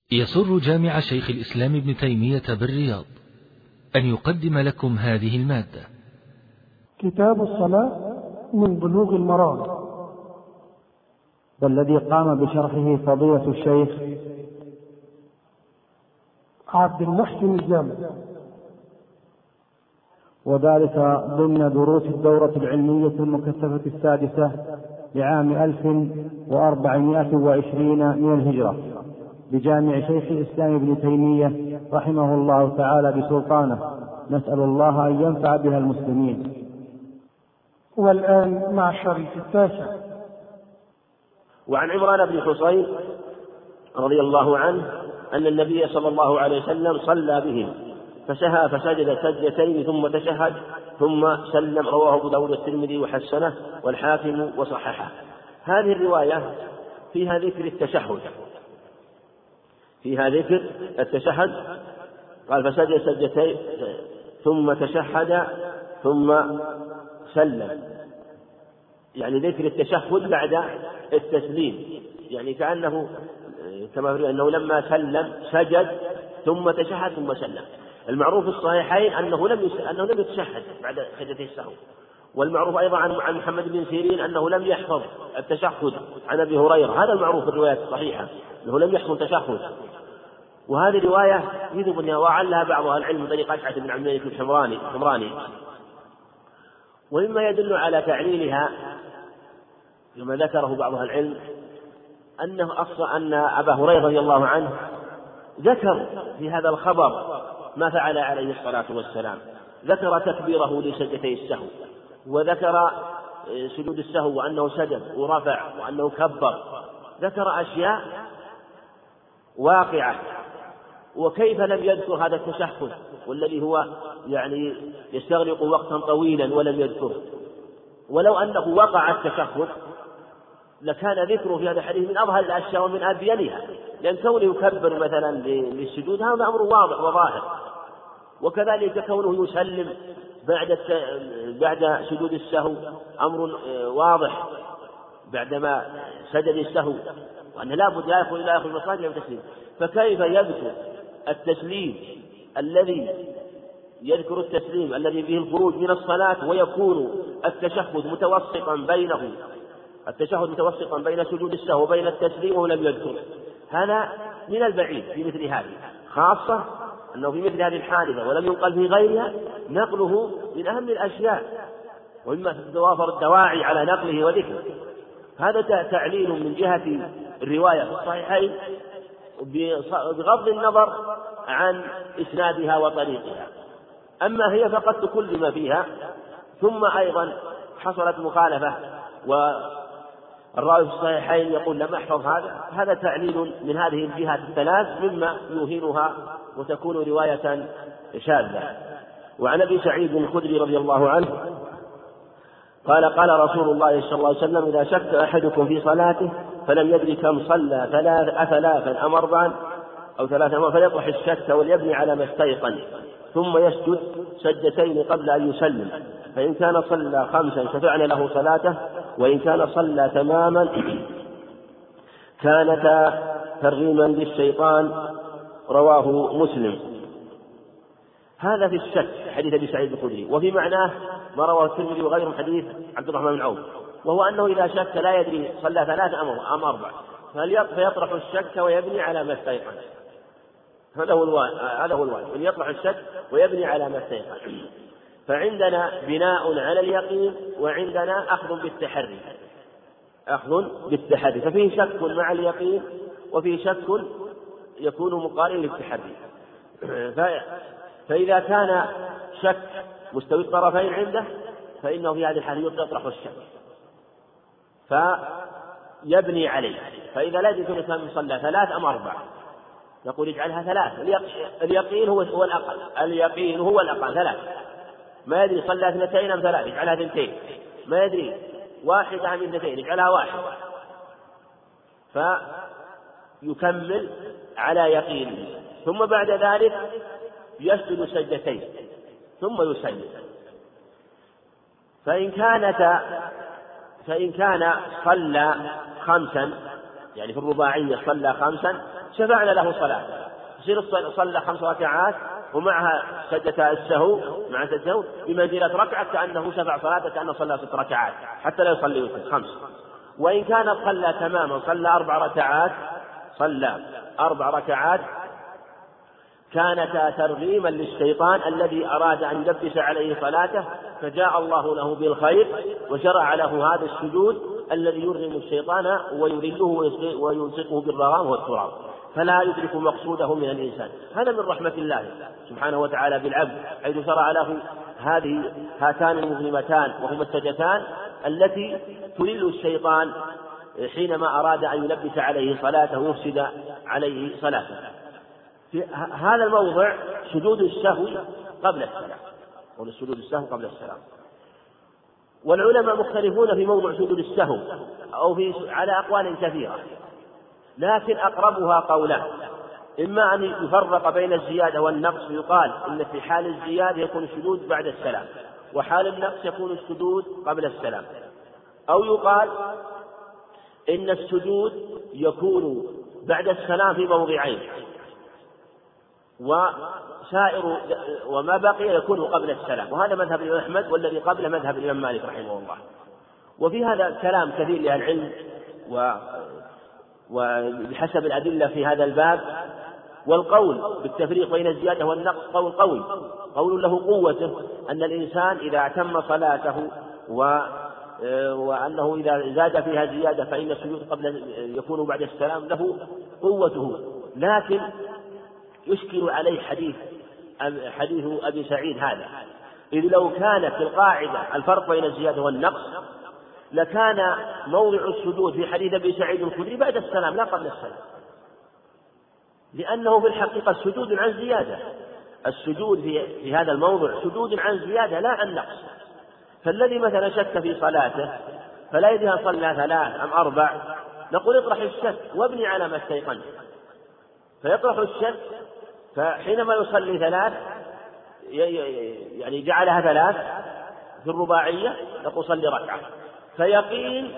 يسر جامع شيخ الإسلام ابن تيمية بالرياض أن يقدم لكم هذه المادة. كتاب الصلاة من بلوغ المرام، والذي قام بشرحه فضيلة الشيخ عبد المحسن الجامع، وذلك ضمن دروس الدورة العلمية المكثفة السادسة لعام 1420 من الهجرة بجامع شيخ الإسلام ابن تيمية رحمه الله تعالى بسلطانه، نسأل الله أن ينفع بها المسلمين. والآن مع الشريف التاسع. وعن عمران بن حصين رضي الله عنه أن النبي صلى الله عليه وسلم صلى بهم فسهى فسجد سجدتين ثم تشهد ثم سلم، رواه أبو داود والترمذي وحسنه والحاكم وصححه. هذه الرواية فيها ذكر التشهد، قال فسجد سجدتين ثم تشهد ثم سلم، يعني ذكر التشهد بعد التسليم، يعني كأنه كما يقول أنه لما سلم سجد ثم تشهد ثم سلم. المعروف في الصحيحين أنه لم يتشهد بعد سجدة السهو، والمعروف أيضا عن محمد بن سيرين أنه لم يحفظ التشهد عن أبي هريرة، هذا المعروف في الروايات الصحيحة أنه لم يحفظ التشهد. وهذه رواية يذهب أنها وعلها بعض أهل العلم طريق أشعث بن عبد الملك الحمراني. ومما يدل على تعليلها كما ذكره بعض أهل العلم أن أبا هريرة رضي الله عنه ذكر في هذا الخبر ما فعل عليه الصلاة والسلام، ذكر تكبيره لسجدتي السهو، وذكر سجود السهو وأنه سجد ورفع وأنه كبر، ذكر أشياء واقعة. وكيف لم يذكر هذا التشهد والذي هو يعني يستغرق وقتا طويلا ولم يذكره؟ ولو أنه وقع التشهد لكان ذكره في هذا الحديث من أظهر الأشياء ومن أبينها، لأن كونه يكبر مثلا للسجود هذا أمر واضح وظاهر، وكذلك كونه يسلم بعد سجود السهو أمر واضح بعدما سجد السهو، وأنه لا بد لا يأخذ المصادر من التسليم. فكيف يذكر التسليم الذي به الخروج من الصلاة ويكون التشهد متوسطا بين سجود السهو وبين التسليم ولم يذكر؟ هذا من البعيد في مثل هذه، خاصة أنه في مثل هذه الحادثة ولم ينقل في غيرها نقله من أهم الأشياء، ومما تتوافر الدواعي على نقله وذكره. هذا تعليل من جهة الرواية في الصحيحين بغض النظر عن إسنادها وطريقها. أما هي فقد تكلم فيها، ثم أيضا حصلت مخالفة والراوي في الصحيحين يقول لم أحفظ هذا تعليل من هذه الجهات الثلاث مما يوهنها وتكون رواية شاذة. وعن أبي سعيد الخدري رضي الله عنه قال رسول الله صلى الله عليه وسلم إذا شك أحدكم في صلاته فلم يدري كم صلى ثلاثا أم أربعا أو ثلاثا فليطرح الشك وليبني على ما استيقن ثم يسجد سجدتين قبل أن يسلم، فإن كان صلى 5 شفعنا له صلاته، وإن كان صلى تماما كانتا ترغيما للشيطان، رواه مسلم. هذا في الشك حديث أبي سعيد الخدري، وفي معناه ما رواه الترمذي وغيره حديث عبد الرحمن بن عوف، وهو أنه إذا شك لا يدري صلى 3 أم 4 فيطرح الشك ويبني على ما استيقن. هذا هو الواجب، أن يطرح الشك ويبني على ما استيقن. فعندنا بناء على اليقين، وعندنا أخذ بالتحري، ففيه شك مع اليقين وفيه شك يكون مقارن للتحري. فإذا كان شك مستوي الطرفين عنده فإنه في هذه الحالة يطرح الشك فيبني عليه. فإذا لا يدري كم صلى 3 أم 4 نقول اجعلها 3. اليقين هو الأقل 3. ما يدري صلى 2 أم 3 اجعلها 2. ما يدري 1 أم 2 اجعلها 1. فيكمل على يقينه، ثم بعد ذلك يسجد سجدتين ثم يسلم. فإن كان صلى 5 يعني في الرباعية صلى 5 شفعنا له صلاة، يصير صلى 5 ركعات ومعها سجدة السهو مع سجدة السهو بمنزلة ركعة كأنه شفع صلاة كأنه صلى 6 ركعات حتى لا يصلي وتر 5. وإن كان صلى تماما صلى 4 ركعات كانتا ترغيما للشيطان الذي أراد أن يلبس عليه صلاته، فجاء الله له بالخير وشرع له هذا السجود الذي يرغم الشيطان ويذله ويلصقه بالرغام والتراب، فلا يدرك مقصوده من الإنسان. هذا من رحمة الله سبحانه وتعالى بالعبد، حيث شرع له هاتان المظلمتان وهما السجدتان التي تذل الشيطان حينما أراد أن يلبس عليه صلاته ويفسد عليه صلاته. في هذا الموضع سجود السهو قبل السلام، والسجود السهو قبل السلام. والعلماء مختلفون في موضع سجود السهو على أقوال كثيرة، لكن أقربها قولان: إما أن يفرق بين الزيادة والنقص، فيقال إن في حال الزيادة يكون السجود بعد السلام، وحال النقص يكون السجود قبل السلام، أو يقال إن السجود يكون بعد السلام في موضعين، وما بقي يكون قبل السلام، وهذا مذهب الإمام أحمد، والذي قبله مذهب الإمام مالك رحمه الله. وفي هذا كلام كثير لأهل العلم وبحسب الأدلة في هذا الباب. والقول بالتفريق بين الزيادة والنقص قول قوي، قول له قوته، أن الإنسان إذا أتم صلاته وأنه إذا زاد فيها زيادة فإن السجود يكون بعد السلام له قوته. لكن يشكل عليه حديث أبي سعيد هذا، إذ لو كان في القاعدة الفرق بين الزيادة والنقص لكان موضع السجود في حديث أبي سعيد الخدري بعد السلام لا قبل السلام، لأنه في الحقيقة سجود عن زيادة. السجود في هذا الموضع سجود عن زيادة لا عن نقص. فالذي مثلا شك في صلاته فلا يدري هل صلى 3 أم 4، نقول اطرح الشك وابني على ما استيقنت، فيطرح الشك، فحينما يصلي 3 يعني جعلها 3 في الرباعية نقول صلي ركعة، فيقين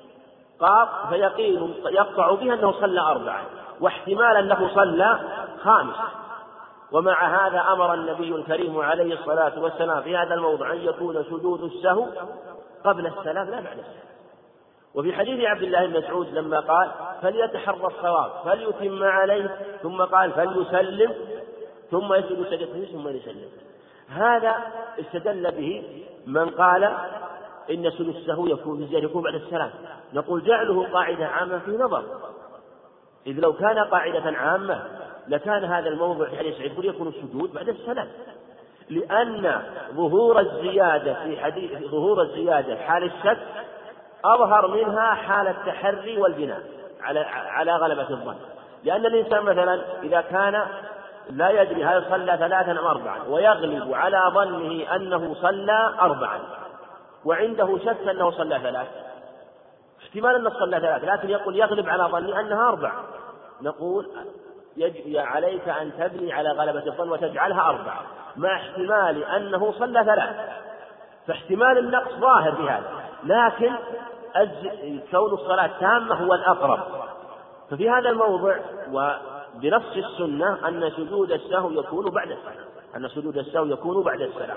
يقطع بها أنه صلى 4، واحتمال أنه صلى 5. ومع هذا أمر النبي الكريم عليه الصلاة والسلام في هذا الموضع أن يكون سجود السهو قبل السلام لا بعد السلام. وفي حديث عبد الله بن مسعود لما قال فليتحرى الصواب فليتم عليه، ثم قال فليسلم ثم يسجد سجدته ثم يسلم، هذا استدل به من قال إن سجود السهو يكون بعد السلام. نقول جعله قاعدة عامة في نظر، إذ لو كان قاعدة عامة لكان هذا الموضع في حديث سعيد يكون السجود بعد السلام، لأن ظهور الزيادة حال الشك أظهر منها حال التحري والبناء على غلبة الظن. لأن الإنسان مثلا إذا كان لا يدري هل صلى 3 أم 4 ويغلب على ظنه أنه صلى 4 وعنده شك أنه صلى 3، احتمال أنه صلى 3 لكن يقول يغلب على ظنه أنها 4، نقول عليك أن تبني على غلبة الظن وتجعلها 4 مع احتمال أنه صلى 3، فاحتمال النقص ظاهر في هذا، لكن كون الصلاة تامة هو الأقرب. ففي هذا الموضع وبنص السنة أن سجود السهو يكون بعد السلام،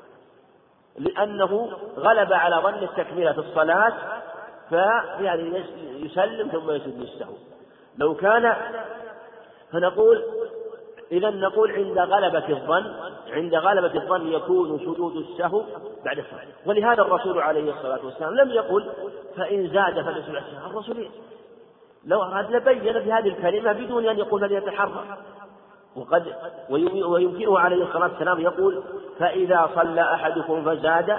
لأنه غلب على ظن تكملة الصلاة، فيعني يسلم ثم يسجد السهو. لو كان فنقول نقول عند غلبة الظن يكون سجود السهو بعد السلام. ولهذا الرسول عليه الصلاة والسلام لم يقل فإن زاد فليسجد السهو، الرسول لو أراد لبين بهذه الكلمة بدون أن يقول فليتحرى. ويمكنه عليه الصلاة والسلام يقول فإذا صلى أحدكم فزاد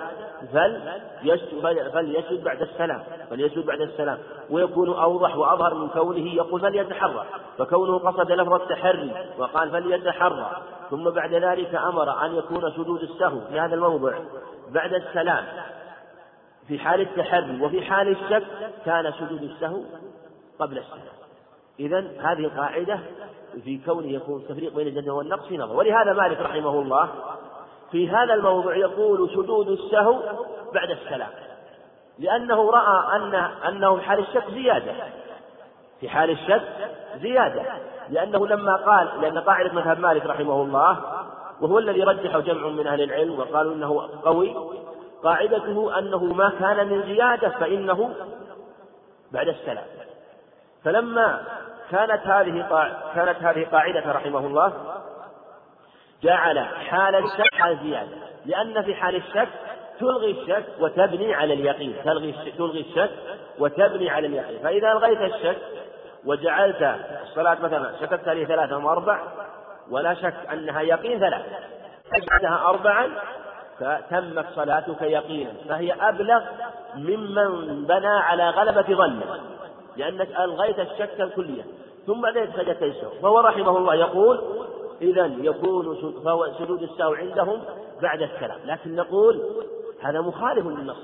فليسجد بعد السلام، ويكون أوضح وأظهر من كونه يقول فليتحرى، فكونه قصد لفظ التحري وقال فليتحرى، ثم بعد ذلك أمر أن يكون سجود السهو في هذا الموضع بعد السلام في حال التحري، وفي حال الشك كان سجود السهو قبل السلام. إذن هذه القاعدة في كونه يكون تفريق بين الزيادة والنقص في نظر. ولهذا مالك رحمه الله في هذا الموضوع يقول سجود السهو بعد السلام، لأنه رأى أنه حال الشك زيادة، في حال الشك زيادة، لأنه لما قال، لأن قاعدة مذهب مالك رحمه الله وهو الذي رجحه جمع من أهل العلم وقالوا إنه قوي، قاعدته أنه ما كان من زيادة فإنه بعد السلام. فلما كانت هذه قاعدة رحمه الله جعل حال الشك حال زيادة، لأن في حال الشك تلغي الشك وتبني على اليقين، تلغي الشك وتبني على اليقين. فإذا ألغيت الشك وجعلت الصلاة مثلا شككت لي 3 أو 4 ولا شك أنها يقين 3، أجعلها 4 فتمت صلاتك يقينا، فهي أبلغ ممن بنى على غلبة ظنه، لأنك ألغيت الشك الكلية ثم ليس سجدت السهو. فهو رحمه الله يقول إذن يكون سجود السهو عندهم بعد السلام، لكن نقول هذا مخالف للنص،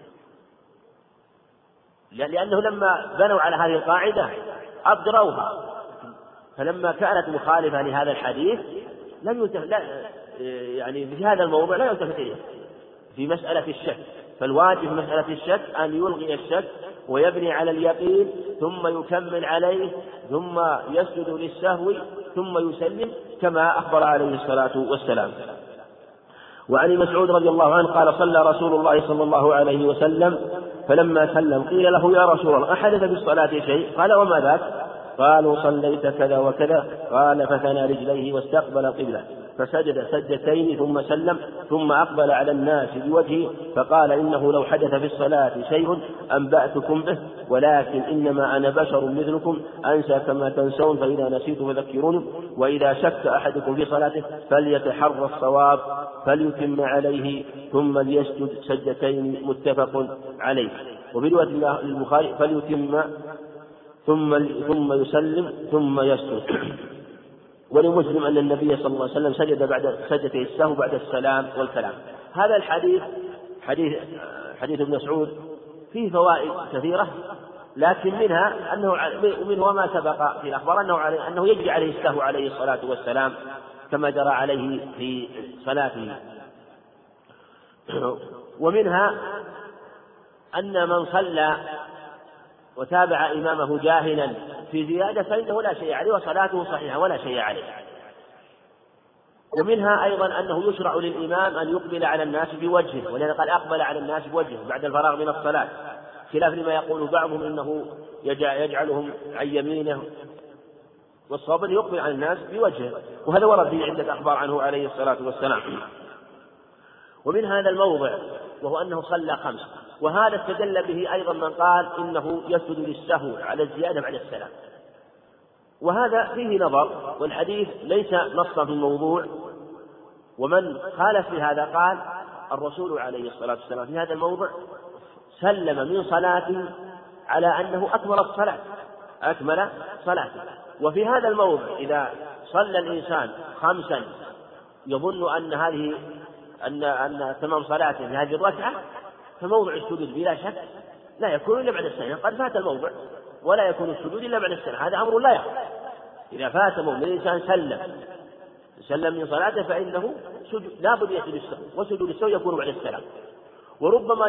لأنه لما بنوا على هذه القاعدة أبدروها، فلما كانت مخالفة لهذا الحديث يعني في هذا الموضوع لا يلتفت إليه في مسألة الشك. فالواجب في مسألة الشك أن يلغي الشك ويبني على اليقين ثم يكمل عليه ثم يسجد للسهو ثم يسلم كما أخبر عليه الصلاة والسلام. وعن مسعود رضي الله عنه قال صلى رسول الله صلى الله عليه وسلم فلما سلم قيل له يا رسول الله أحدث بالصلاة شيء؟ قال وما ذاك؟ قالوا صليت كذا وكذا. قال فثنى رجليه واستقبل القبلة فسجد سجدتين ثم سلم ثم أقبل على الناس بوجهه فقال إنه لو حدث في الصلاة شيء أنبأتكم به، ولكن إنما أنا بشر مثلكم أنسى كما تنسون، فإذا نسيت فذكروني، وإذا شك أحدكم في صلاته فليتحرى الصواب فليتم عليه ثم ليسجد سجدتين متفق عليه. وفي رواية البخاري فليتم ثم يسلم ثم يسجد. ولمسلم أن النبي صلى الله عليه وسلم سجد بعد سجدة السهو بعد السلام والكلام. هذا الحديث حديث ابن مسعود فيه فوائد كثيرة، لكن منه ما سبق في الأخبار أنه يجري عليه السهو عليه الصلاة والسلام كما جرى عليه في صلاته. ومنها أن من صلى وتابع إمامه جاهلا في زيادة فإنه لا شيء عليه وصلاته صحيحة ولا شيء عليه. ومنها أيضا أنه يشرع للإمام أن يقبل على الناس بوجهه، ولذلك قال أقبل على الناس بوجهه بعد الفراغ من الصلاة، خلاف لما يقول بعضهم إنه يجعلهم عن يمينه، والصواب أن يقبل على الناس بوجهه، وهذا ورد في عدة أخبار عنه عليه الصلاة والسلام. ومن هذا الموضع وهو أنه صلى 5، وهذا استدل به أيضا من قال إنه يسجد للسهو على الزيادة بعد السلام، وهذا فيه نظر، والحديث ليس نصا في الموضوع. ومن خالف في هذا قال الرسول عليه الصلاة والسلام في هذا الموضع سلم من صلاته على أنه أكمل صلاته. وفي هذا الموضع إذا صلى الإنسان 5 يظن أن تمام صلاته في هذه الركعة فموضع السجود بلا شك لا يكون إلا بعد السلام، قد فات الموضع ولا يكون السجود إلا بعد السلام، هذا أمر لا يخفى. إذا فات موضع الإنسان سلم من صلاته فإنه لا بد يسجد السهو، وسجود السهو يكون بعد السلام. وربما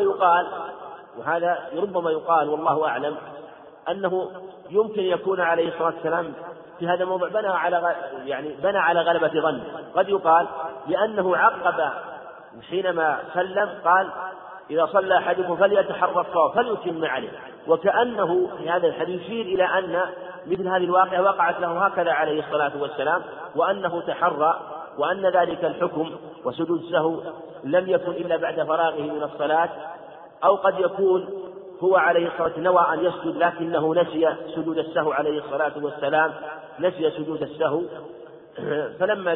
يقال والله أعلم أنه يمكن يكون عليه الصلاة والسلام في هذا الموضع بنى على غلبة ظن. قد يقال لأنه عقب حينما سلم قال إذا صلى أحدكم فليتحرى الصواب فليتم عليه، وكأنه في هذا الحديث يشير إلى أن مثل هذه الواقعة وقعت له هكذا عليه الصلاة والسلام، وأنه تحرى، وأن ذلك الحكم وسجود السهو لم يكن إلا بعد فراغه من الصلاة، أو قد يكون هو عليه الصلاة والسلام نوى أن يسجد لكنه نسي سجود السهو عليه الصلاة والسلام، نسي سجود السهو، فلما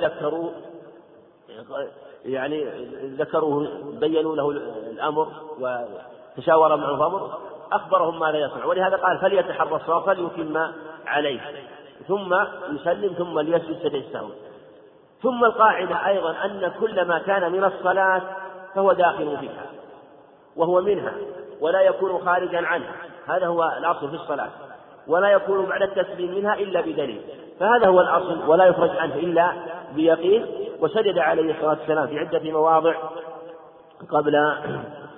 ذكروه بينوا له الأمر وتشاور معه الأمر أخبرهم ماذا يصنع، ولهذا قال فليتحرى الصواب فليتم عليه ثم يسلم ثم ليسجد سجد السهو. ثم القاعدة أيضا أن كل ما كان من الصلاة فهو داخل فيها وهو منها ولا يكون خارجا عنها، هذا هو الأصل في الصلاة، ولا يكون بعد التسليم منها إلا بدليل، فهذا هو الأصل ولا يخرج عنه إلا بيقين. وسجد عليه الصلاة والسلام في عدة مواضع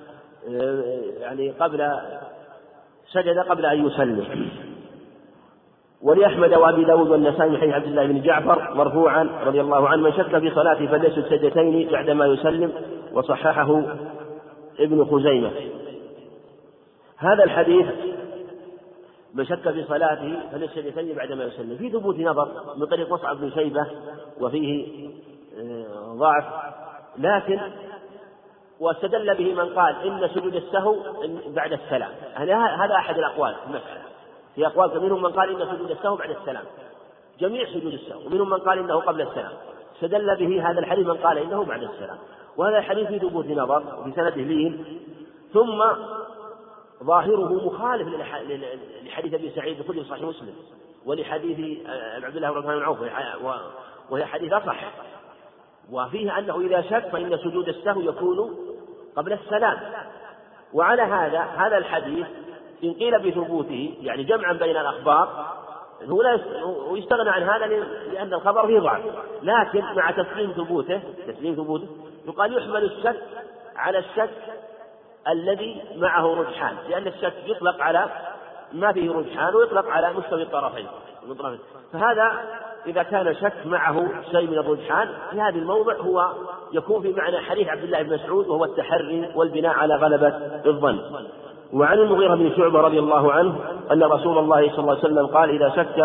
سجد قبل أن يسلم. ولأحمد وأبي داود والنسائي من حديث عبد الله بن جعفر مرفوعا رضي الله عنه: من شك في صلاته فليسجد سجدتين بعدما يسلم، وصححه ابن خزيمة. هذا الحديث من شك في صلاته فليسجد سجدتين بعدما يسلم في ثبوت نظر من طريق مصعب بن شيبة وفيه ضعف، لكن واستدل به من قال إن سجود السهو بعد السلام. هذا أحد الأقوال في المسألة. في أقوال منهم من قال إن سجود السهو بعد السلام، جميع سجود السهو، ومنهم من قال إنه قبل السلام. استدل به هذا الحديث من قال إنه بعد السلام، وهذا الحديث في ثبوت نظر وفي سنده لين، ثم ظاهره مخالف لحديث أبي سعيد الخدري في صحيح مسلم، ولحديث عبد الله بن عمرو بن عوف، وهي حديث أصح، وفيه أنه إذا شك فإن سجود السهو يكون قبل السلام. وعلى هذا الحديث إن قيل بثبوته يعني جمعا بين الأخبار هو يستغنى عن هذا لأن الخبر فيه ضعف، لكن مع تسليم ثبوته يقال يحمل الشك على الشك الذي معه رجحان، لأن الشك يطلق على ما فيه رجحان ويطلق على مستوي الطرفين. فهذا إذا كان شك معه شيء من الرجحان في هذا الموضع هو يكون في معنى حديث عبد الله بن مسعود، وهو التحري والبناء على غلبة الظن. وعن المغيرة بن شعبة رضي الله عنه أن رسول الله صلى الله عليه وسلم قال: إذا شك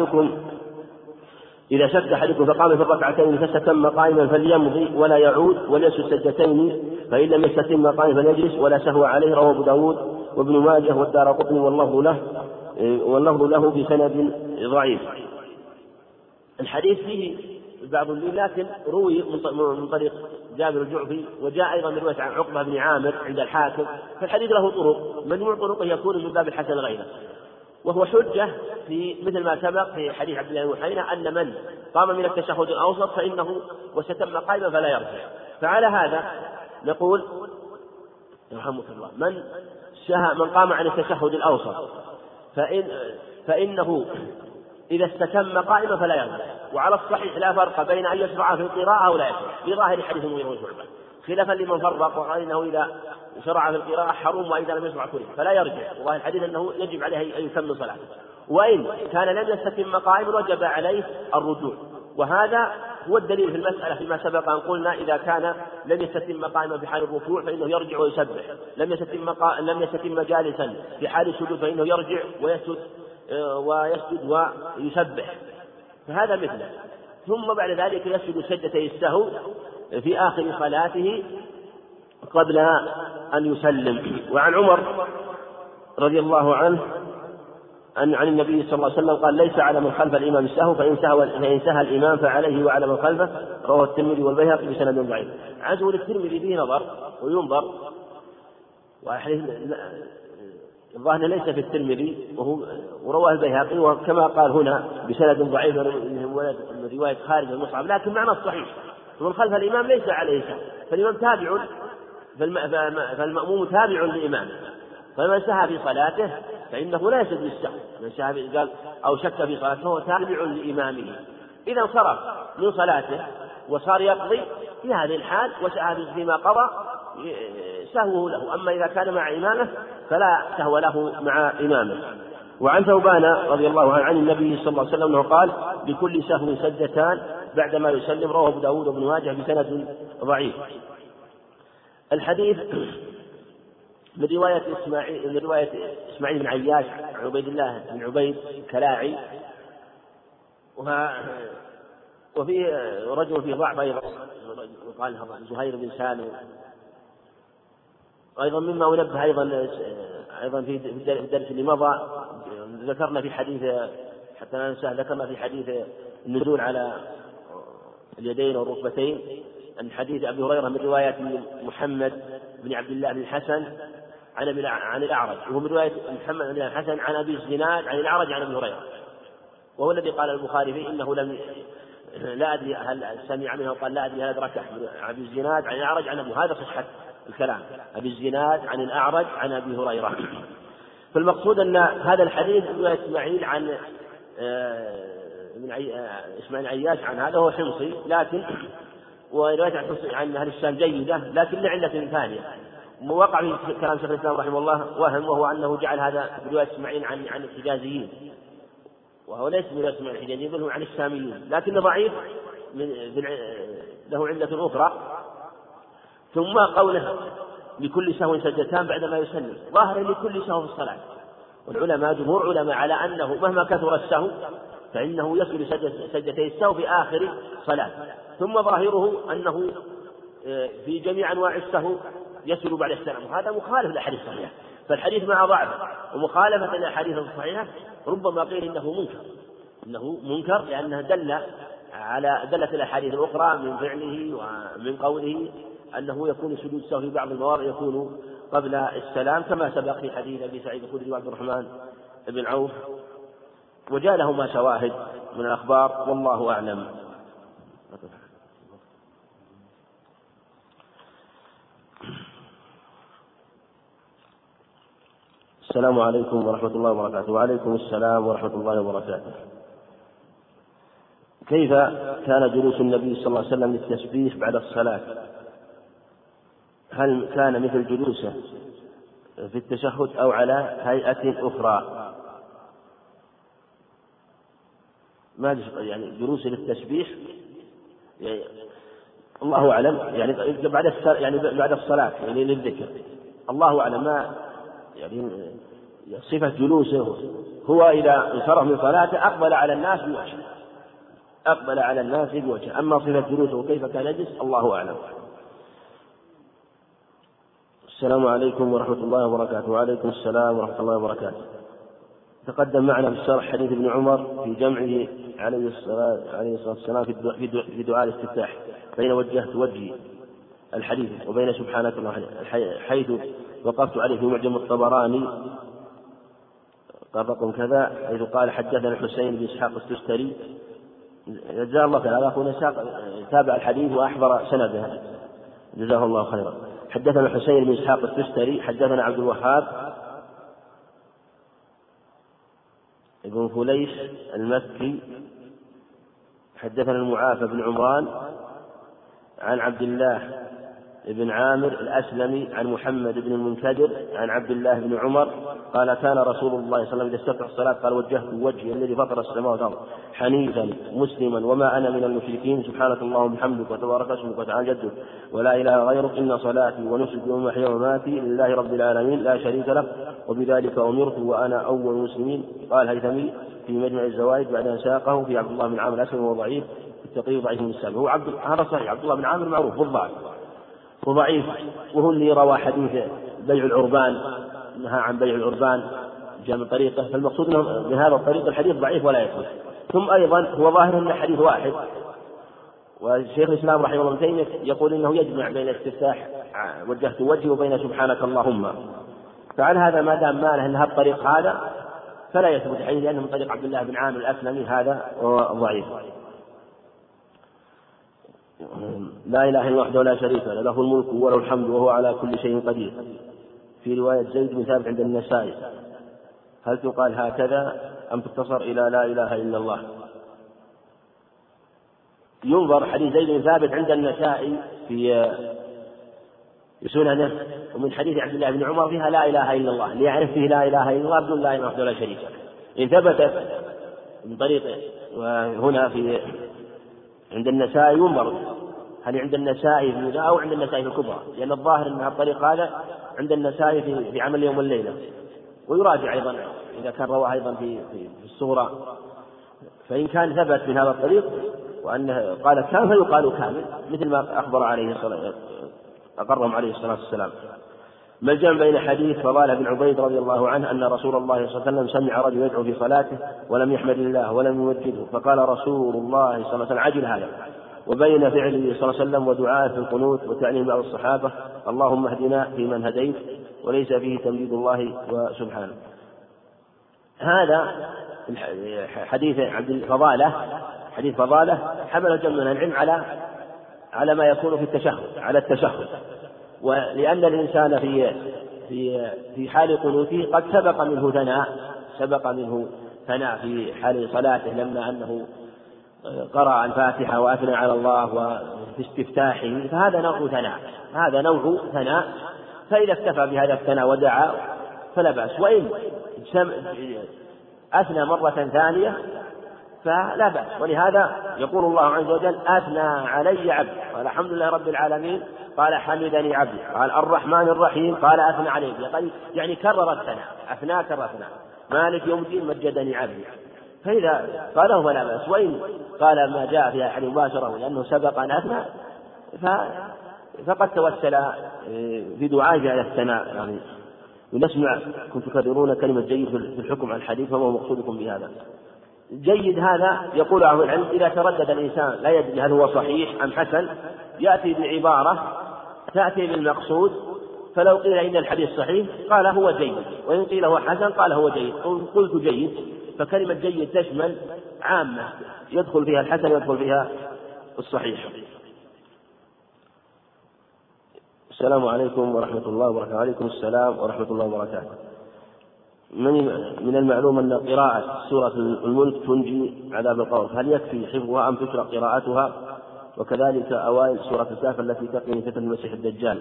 أحدكم فقام في الركعتين فاستتم قائما فليمضي ولا يعود وليسجد سجدتين، فإن لم يستتم قائما فليجلس ولا سهو عليه. رواه أبو داود وابن ماجه والدارقطني واللفظ له بسند ضعيف. الحديث فيه بعض لكن روي من طريق جابر الجعفي، وجاء أيضا من رواية عن عقبة بن عامر عند الحاكم، فالحديث له طرق، مجموع طرقه يكون من باب الحسن غيره، وهو حجة في مثل ما سبق في حديث عبد الله بن محينة أن من قام من التشهد الأوسط فإنه وستم قائما فلا يرجع. فعلى هذا نقول رحمه الله من قام عن التشهد الأوسط فإنه إذا استتم قائما فلا يرجع. وعلى الصحيح لا فرق بين أن يشرع في القراءة أو لا يشرع في ظاهر حديث المغيرة بن شعبة، خلافا لمن فرق وقال إنه إذا شرع في القراءة حرم وإذا لم يشرع كره فلا يرجع. وظاهر الحديث أنه يجب عليه أن يكمل صلاته، وإن كان لم يستتم قائما وجب عليه الرجوع. وهذا هو الدليل في المسألة فيما سبق أن قلنا إذا كان لم يستتم قائما في حال الركوع فإنه يرجع ويسبح، لم يستتم جالسا في حال السجود فإنه يرجع ويسجد ويسبح، فهذا مثله. ثم بعد ذلك يسجد سجدتي السهو في آخر صلاته قبل أن يسلم. وعن عمر رضي الله عنه عن النبي صلى الله عليه وسلم قال: ليس على من خلف الإمام السهو، فإن سهى الإمام فعليه وعلى من خلفه. رواه الترمذي والبيهقي بسند ضعيف. عزو الترمذي به نظر وينظر، وحديث الظاهر ليس في الترمذي ورواه البيهقي، وكما قال هنا بسند ضعيف من رواية خارج المصعب، لكن معنى الصحيح ومن خلف الإمام ليس عليه شك، فالإمام تابع فالمأموم تابع للإمام، فمن سهى في صلاته فإنه لا يسجد للسهو. من سهى قال أو شك في صلاته هو تابع لإمامه، إذا انصرف من صلاته وصار يقضي في هذه الحال وسهى فيما قضى سهوه له. أما إذا كان مع إمامه فلا سهو له مع إمامه. وعن ثوبان رضي الله عنه عن النبي صلى الله عليه وسلم أنه قال: بكل سهو سجدتان بعدما يسلم. رواه أبو داود وابن ماجه بسند ضعيف. الحديث من رواية إسماعيل بن عياش عن عبيد الله بن عبيد الكلاعي، وفي رجل في ضعف أيضا وقال زهير بن سالم أيضا. مما أنبه أيضا في الدرس اللي مضى ذكرنا في حديث حتى لا ننساه، ذكرنا في حديث النزول على اليدين والركبتين عن حديث أبي هريرة من رواية محمد بن عبد الله بن الحسن عن الأعرج، وهو من رواية محمد بن الحسن عن أبي الزناد عن الأعرج عن أبي هريرة، وهو الذي قال البخاري فيه إنه لا أدري هل سمع منه وقال لا أدري هل أدركه. أبي الزناد عن الأعرج عن أبي، هذا صحة الكلام، أبي الزناد عن الأعرج عن أبي هريرة. فالمقصود أن هذا الحديث رواية إسماعيل عن إسماعيل عياش عن هذا هو حمصي، لكن ورواية عن أهل الشام جيدة، لكن لعلة ثانية وقع في كلام شيخ الإسلام رحمه الله وهم، وهو أنه جعل هذا برواية إسماعيل عن الحجازيين، وهو ليس من الأسماء الحجازية بل هو عن الشاميين، لكن ضعيف له علة أخرى. ثم قوله لكل سهو سجدتان بعدما يسلم، ظاهر لكل سهو في الصلاة، والعلماء جمهور علماء على أنه مهما كثر السهو فإنه يسجد سجدتي السهو في آخر صلاة. ثم ظاهره أنه في جميع أنواع السهو يسجد بعد السلام، وهذا مخالف للأحاديث الصحيحة. فالحديث مع ضعف ومخالفة الأحاديث الصحيحة ربما قيل إنه منكر لأنه دلت الأحاديث الأخرى من فعله ومن قوله أنه يكون سجود السهو في بعض المواضع يكون قبل السلام، كما سبق في حديث أبي سعيد الخدري وعبد الرحمن بن عوف، وجاء لهما شواهد من الأخبار، والله أعلم. السلام عليكم ورحمة الله وبركاته. وعليكم السلام ورحمة الله وبركاته. كيف كان جلوس النبي صلى الله عليه وسلم للتسبيح بعد الصلاة؟ هل كان مثل جلوسه في التشهد أو على هيئة أخرى؟ ما يعني جلوسه للتسبيح يعني الله أعلم، يعني بعد الصلاة يعني للذكر، الله أعلم. ما يعني صفة جلوسه هو إذا انصرف من صلاته أقبل على الناس بوجهه، أما صفة جلوسه كيف كان يجلس الله أعلم. السلام عليكم ورحمة الله وبركاته. وعليكم السلام ورحمة الله وبركاته. تقدم معنا في الشرح حديث ابن عمر في جمعه عليه الصلاة والسلام في دعاء الاستفتاح بين وجهت وجهي الحديث وبين سبحانك اللهم، حيث وقفت عليه في معجم الطبراني رقم كذا، حيث قال حدثنا الحسين بن إسحاق التستري، جزاه الله تعالى أخونا تابع الحديث وأحضر سنده جزاه الله خيرا. حدثنا الحسين بن إسحاق التستري حدثنا عبد الوهاب ابن فليح المكي حدثنا المعافى بن عمران عن عبد الله بن عامر الأسلمي عن محمد بن المنكدر عن عبد الله بن عمر قال كان رسول الله صلى الله عليه وسلم إذا استفتح الصلاة قال وجهت وجهي الذي فطر السماوات والأرض حنيفا مسلما وما أنا من المشركين، سبحانك اللهم وبحمدك وتبارك اسمك وتعالى جدك ولا إله غيرك، إن صلاتي ونسكي ومحياي ومماتي لله رب العالمين لا شريك له وبذلك أمرت وأنا أول المسلمين. قال الهيثمي في مجمع الزوائد بعد أن ساقه في عبد الله بن عامر الأسلمي وهو ضعيف التقي ضعيف من السابق. هو هذا صحيح، عبد الله بن عامر معروف بالضعف وضعيف، وهو اللي روى حديث بيع العربان، نهى عن بيع العربان جاء من طريقه، فالمقصود من هذا الطريق الحديث ضعيف ولا يثبت. ثم أيضا هو ظاهر أن حديث واحد، والشيخ الإسلام رحمه الله ابن تيمية يقول إنه يجمع بين الاستفتاح وجهت وجهي وبين سبحانك اللهم، فعلى هذا ما دام ما له إلا الطريق هذا فلا يثبت الحديث لأنه من طريق عبد الله بن عامر الأسلمي هذا ضعيف. لا إله إلا وحده لا شريك له له الملك وله الحمد وهو على كل شيء قدير. في رواية زيد بن ثابت عند النسائي هل تقال هكذا أم تقتصر إلى لا إله إلا الله؟ ينظر حديث زيد بن ثابت عند النسائي في سننه، ومن حديث عبد الله بن عمر فيها لا إله إلا الله، ليعرف فيه لا إله إلا الله بدون لا إله وحده لا شريك له. إن ثبتت من طريق وهنا في عند النسائي ينظر هل عند النسائي في الهدى أو عند النسائي في الكبرى، لأن الظاهر أن الطريق هذا عند النسائي في عمل يوم والليلة، ويراجع أيضا إذا كان رواه أيضا في الصغرى، فإن كان ثبت من هذا الطريق وأنه قال كان فيقال كامل مثل ما أخبر عليه الصلاة أقرهم عليه الصلاة والسلام. ما الجمع بين حديث فضالة بن عبيد رضي الله عنه أن رسول الله صلى الله عليه وسلم سمع رجل يدعو في صلاته ولم يحمد الله ولم يمجده فقال رسول الله صلى الله عليه وسلم عجل هذا، وبين فعله صلى الله عليه وسلم ودعاءه في القنوت وتعليم بعض الصحابة اللهم اهدنا فيمن هديت وليس فيه تمجيد الله وسبحانه. هذا حديث حديث فضالة حمل جمع من العلم على ما يكون في التشهد، على التشهد، ولأن الإنسان في حال قنوته قد سبق منه ثناء في حال صلاته لما أنه قرأ الفاتحة وأثنى على الله وفي استفتاحه، فهذا نوع ثناء، فإذا اكتفى بهذا الثناء ودعا فلا بأس. وإن أثنى مرة ثانية فلا بأس. ولهذا يقول الله عز وجل أثنى علي عبدي، قال الحمد لله رب العالمين، قال حمدني عبدي، قال الرحمن الرحيم، قال أثنى علي، يعني كرر الثناء، أثنى كرر الثناء، مالك يوم الدين مجدني عبدي. فإذا قاله فلا بأس. وإن قال ما جاء فيها يعني مباشرة لأنه سبق أن أثنى فقد توسل في دعائه على الثناء. يعني ونسمع كنت تكررون كلمة جيد في الحكم على الحديث، فما هو مقصودكم بهذا؟ جيد هذا يقول أهل العلم إذا تردد الإنسان لا يدري هل هو صحيح أم حسن، يأتي بعبارة تأتي بالمقصود، فلو قيل إن الحديث صحيح قال هو جيد، وإن قيل هو حسن قال هو جيد. قلت جيد، فكلمة جيد تشمل عامة يدخل فيها الحسن يدخل فيها الصحيح. السلام عليكم ورحمة الله وبركاته. وعليكم السلام ورحمة الله وبركاته. من المعلوم أن قراءة سورة الملك تنجي عذاب القبر، هل يكفي حفظها أم تشرع قراءتها؟ وكذلك أوائل سورة الكهف التي تقي من فتنة المسيح الدجال،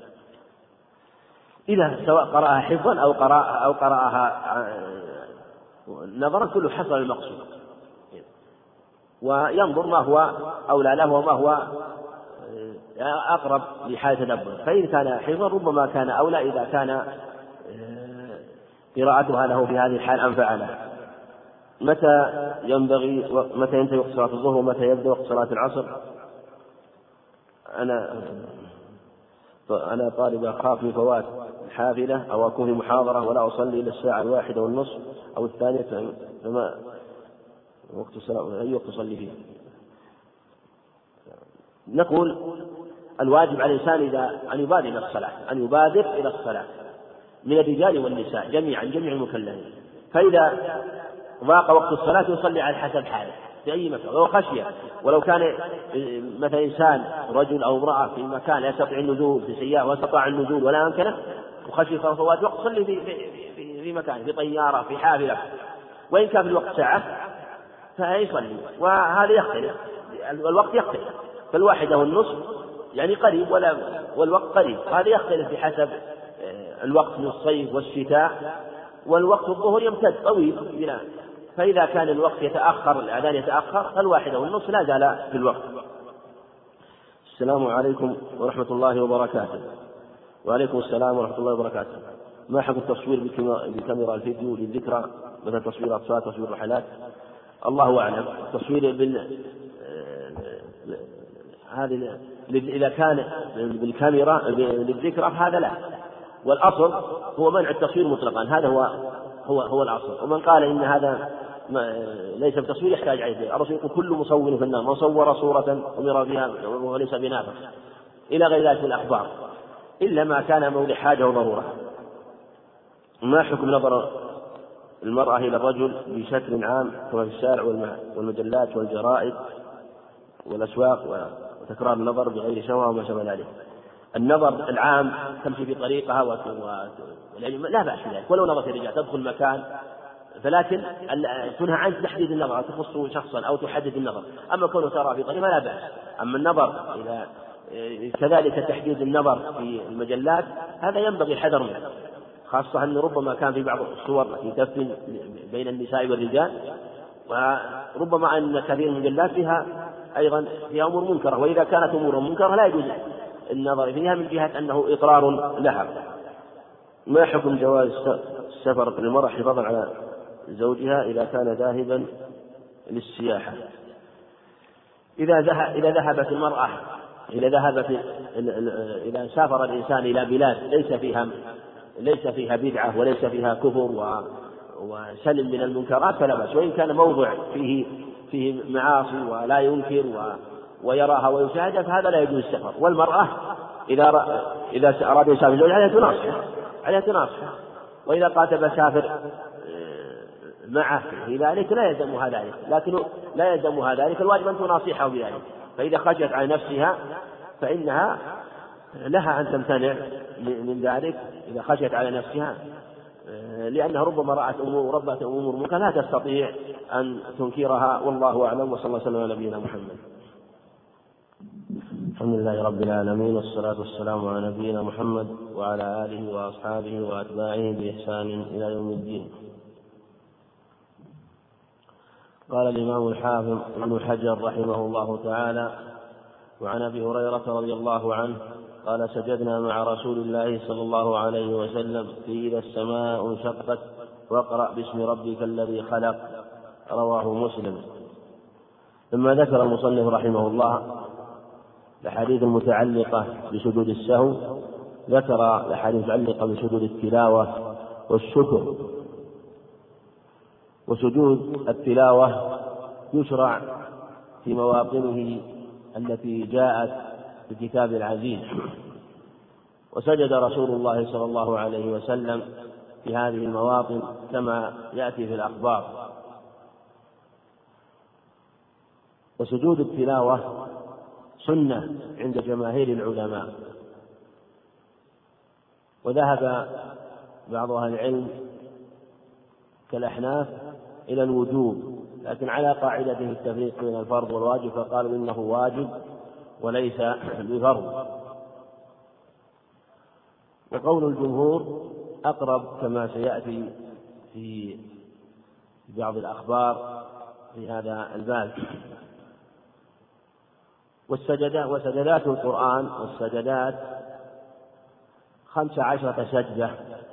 إذا سواء قرأها حفظا أو قرأها نظرا كله حصل المقصود، وينظر ما هو أولى له وما هو أقرب لحال تدبر. فإن كان حفظا ربما كان أولى إذا كان قراءتها له في هذه الحال أنفع له. متى ينتهي وقت صلاة الظهر ومتى يبدأ وقت صلاة العصر؟ أنا طالب أخاف من فوات الحافلة أو أكون في محاضرة ولا أصلي إلى الساعة 1:30 أو 2:00، فما وقت الصلاة أي وقت أصلي فيه؟ نقول الواجب على الإنسان أن يبادر إلى الصلاة من الرجال والنساء جميعا، جميع المكلفين. فإذا ضاق وقت الصلاة يصلي على حسب حاله في أي مكان، ولو خشية، ولو كان مثلا إنسان رجل أو امرأة في مكان لا يستطيع النزول في سيارة واستطاع النزول ولا أمكنه وخشي فوات وقت، صلي في مكان، في طيارة، في حافلة. وإن كان في الوقت ساعة فيصلي، وهذا يختلف، الوقت يختلف، فال1:30 يعني قريب والوقت قريب، هذا يختلف بحسب الوقت من الصيف والشتاء، والوقت الظهر يمتد طويل. فإذا كان الوقت يتأخر، الأذان يتأخر، فال1:30 لا زال في الوقت. السلام عليكم ورحمة الله وبركاته. وعليكم السلام ورحمة الله وبركاته. ما حكم التصوير بكاميرا الفيديو للذكرى، مثل تصوير أطفال، تصوير رحلات؟ الله أعلم. التصوير هذه إذا كان بالكاميرا للذكرى هذا لا، والأصل هو منع التصوير مطلقا، هذا هو الأصل. ومن قال إن هذا ليس بتصوير يحتاج عليه. الرسول يقول كل مصور في النار، من صور صورة أمر بها وليس بنافع، إلى غير ذلك الأخبار، إلا ما كان موضع حاجة وضرورة. ما حكم نظر المرأة إلى الرجل بشكل عام كما في الشارع والمجلات والجرائد والأسواق وتكرار النظر بغير شهوة وما شابه ذلك؟ النظر العام تمشي في طريقها لا بأس بذلك، ولو نظرت الرجال تدخل مكان، فلكن تنهى عن تحديد النظر، تخص شخصا أو تحدد النظر. أما كونه ترى في طريقها لا بأس. أما النظر كذلك تحديد النظر في المجلات هذا ينبغي الحذر منه، خاصة أن ربما كان في بعض الصور التي تفتن بين النساء والرجال، وربما أن كثير من المجلات أيضا فيها أمور منكرة، وإذا كانت أمور منكرة لا يجوز النظر فيها من جهة أنه إقرار لها. ما حكم جواز السفر للمرأة حفاظا على زوجها إذا كان ذاهبا للسياحة؟ إذا ذهبت المرأة إذا سافر الإنسان إلى بلاد ليس فيها بدعة وليس فيها كفر وسلم من المنكرات فلا بأس. وإن كان موضع فيه معاصي ولا ينكر ويراها ويشاهدها فهذا لا يجوز السفر. والمرأة إذا أراد يسافر زوجها عليها تناصحه، وإذا قال بسافر معه في ذلك لا يلزمها ذلك، الواجب أن تناصحه بذلك. فإذا خشيت على نفسها فإنها لها أن تمتنع من ذلك إذا خشيت على نفسها، لأنها ربما ربت أمور منكرة لا تستطيع أن تنكرها، والله أعلم. وصلى الله وسلم على نبينا محمد. الحمد لله رب العالمين، والصلاة والسلام على نبينا محمد وعلى آله وأصحابه وأتباعه بإحسان إلى يوم الدين. قال الإمام الحافظ ابن حجر رحمه الله تعالى: وعن أبي هريرة رضي الله عنه قال: سجدنا مع رسول الله صلى الله عليه وسلم في إذا السماء انشقت واقرأ باسم ربك الذي خلق. رواه مسلم. ثم ذكر المصنف رحمه الله الأحاديث المتعلقة بسجود السهو، ذكر الأحاديث المتعلقة بسجود التلاوة والشكر. وسجود التلاوة يشرع في مواطنه التي جاءت في الكتاب العزيز، وسجد رسول الله صلى الله عليه وسلم في هذه المواطن كما يأتي في الأخبار. وسجود التلاوة سنة عند جماهير العلماء، وذهب بعض أهل العلم كالأحناف إلى الوجوب، لكن على قاعدته التفريق بين الفرض والواجب، فقالوا إنه واجب وليس بفرض. وقول الجمهور أقرب كما سيأتي في بعض الأخبار في هذا الباب. وسجدات القرآن والسجدات 15 سجدة،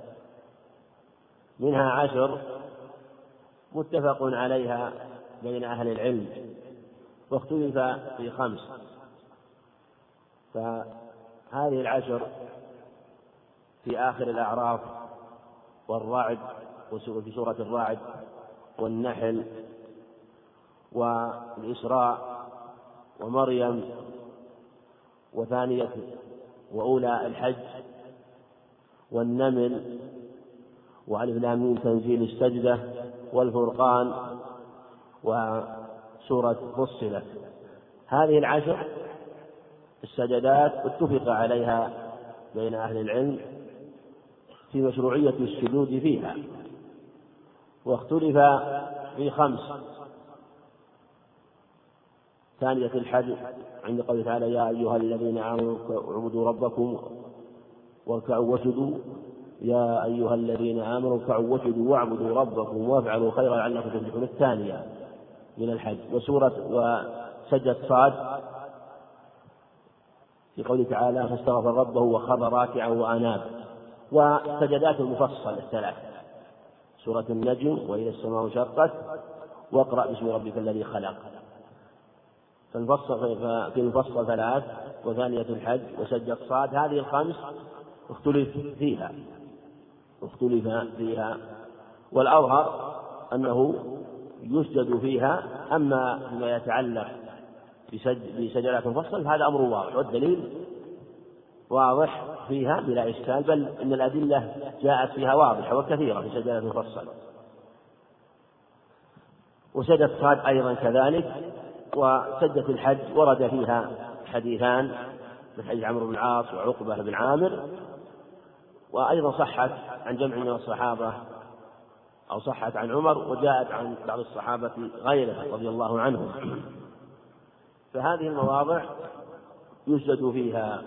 منها 10 متفق عليها بين أهل العلم، واختلف في 5. فهذه 10 في آخر الأعراف والرعد، وفي سورة الرعد والنحل والإسراء ومريم وثانية وأولى الحج والنمل وألف لام ميم تنزيل السجدة والفرقان وسورة فصلت. هذه 10 السجدات اتفق عليها بين أهل العلم في مشروعية السجود فيها، واختلف في 5. ثانية الحج عند قوله تعالى: يا أيها الذين آمنوا اعبدوا ربكم واركعوا واسجدوا، يا أيها الذين آمنوا اركعوا واسجدوا واعبدوا ربكم وافعلوا خيرا لعلكم تفلحون. الثانية من الحج. وسجد صاد في قوله تعالى: فاستغفر ربه وخر راكعا وأناب. وسجدات المفصل 3: سورة النجم وإذا السماء انشقت واقرأ باسم ربك الذي خلق. في المفصل 3 وثانية الحج وسجد صاد. هذه 5 اختلف فيها، والأظهر أنه يسجد فيها. أما فيما يتعلق بسجدات المفصل فهذا أمر واضح، والدليل واضح فيها بلا إشكال، بل إن الأدلة جاءت فيها واضحة وكثيرة في سجدات المفصل. وسجد صاد أيضا كذلك. وسجدة الحج ورد فيها حديثان، من حديث عمرو بن العاص وعقبة بن عامر، وأيضا صحت عن جمع من الصحابة أو صحت عن عمر، وجاءت عن بعض الصحابة غيره رضي الله عنهم. فهذه المواضع يسجد فيها.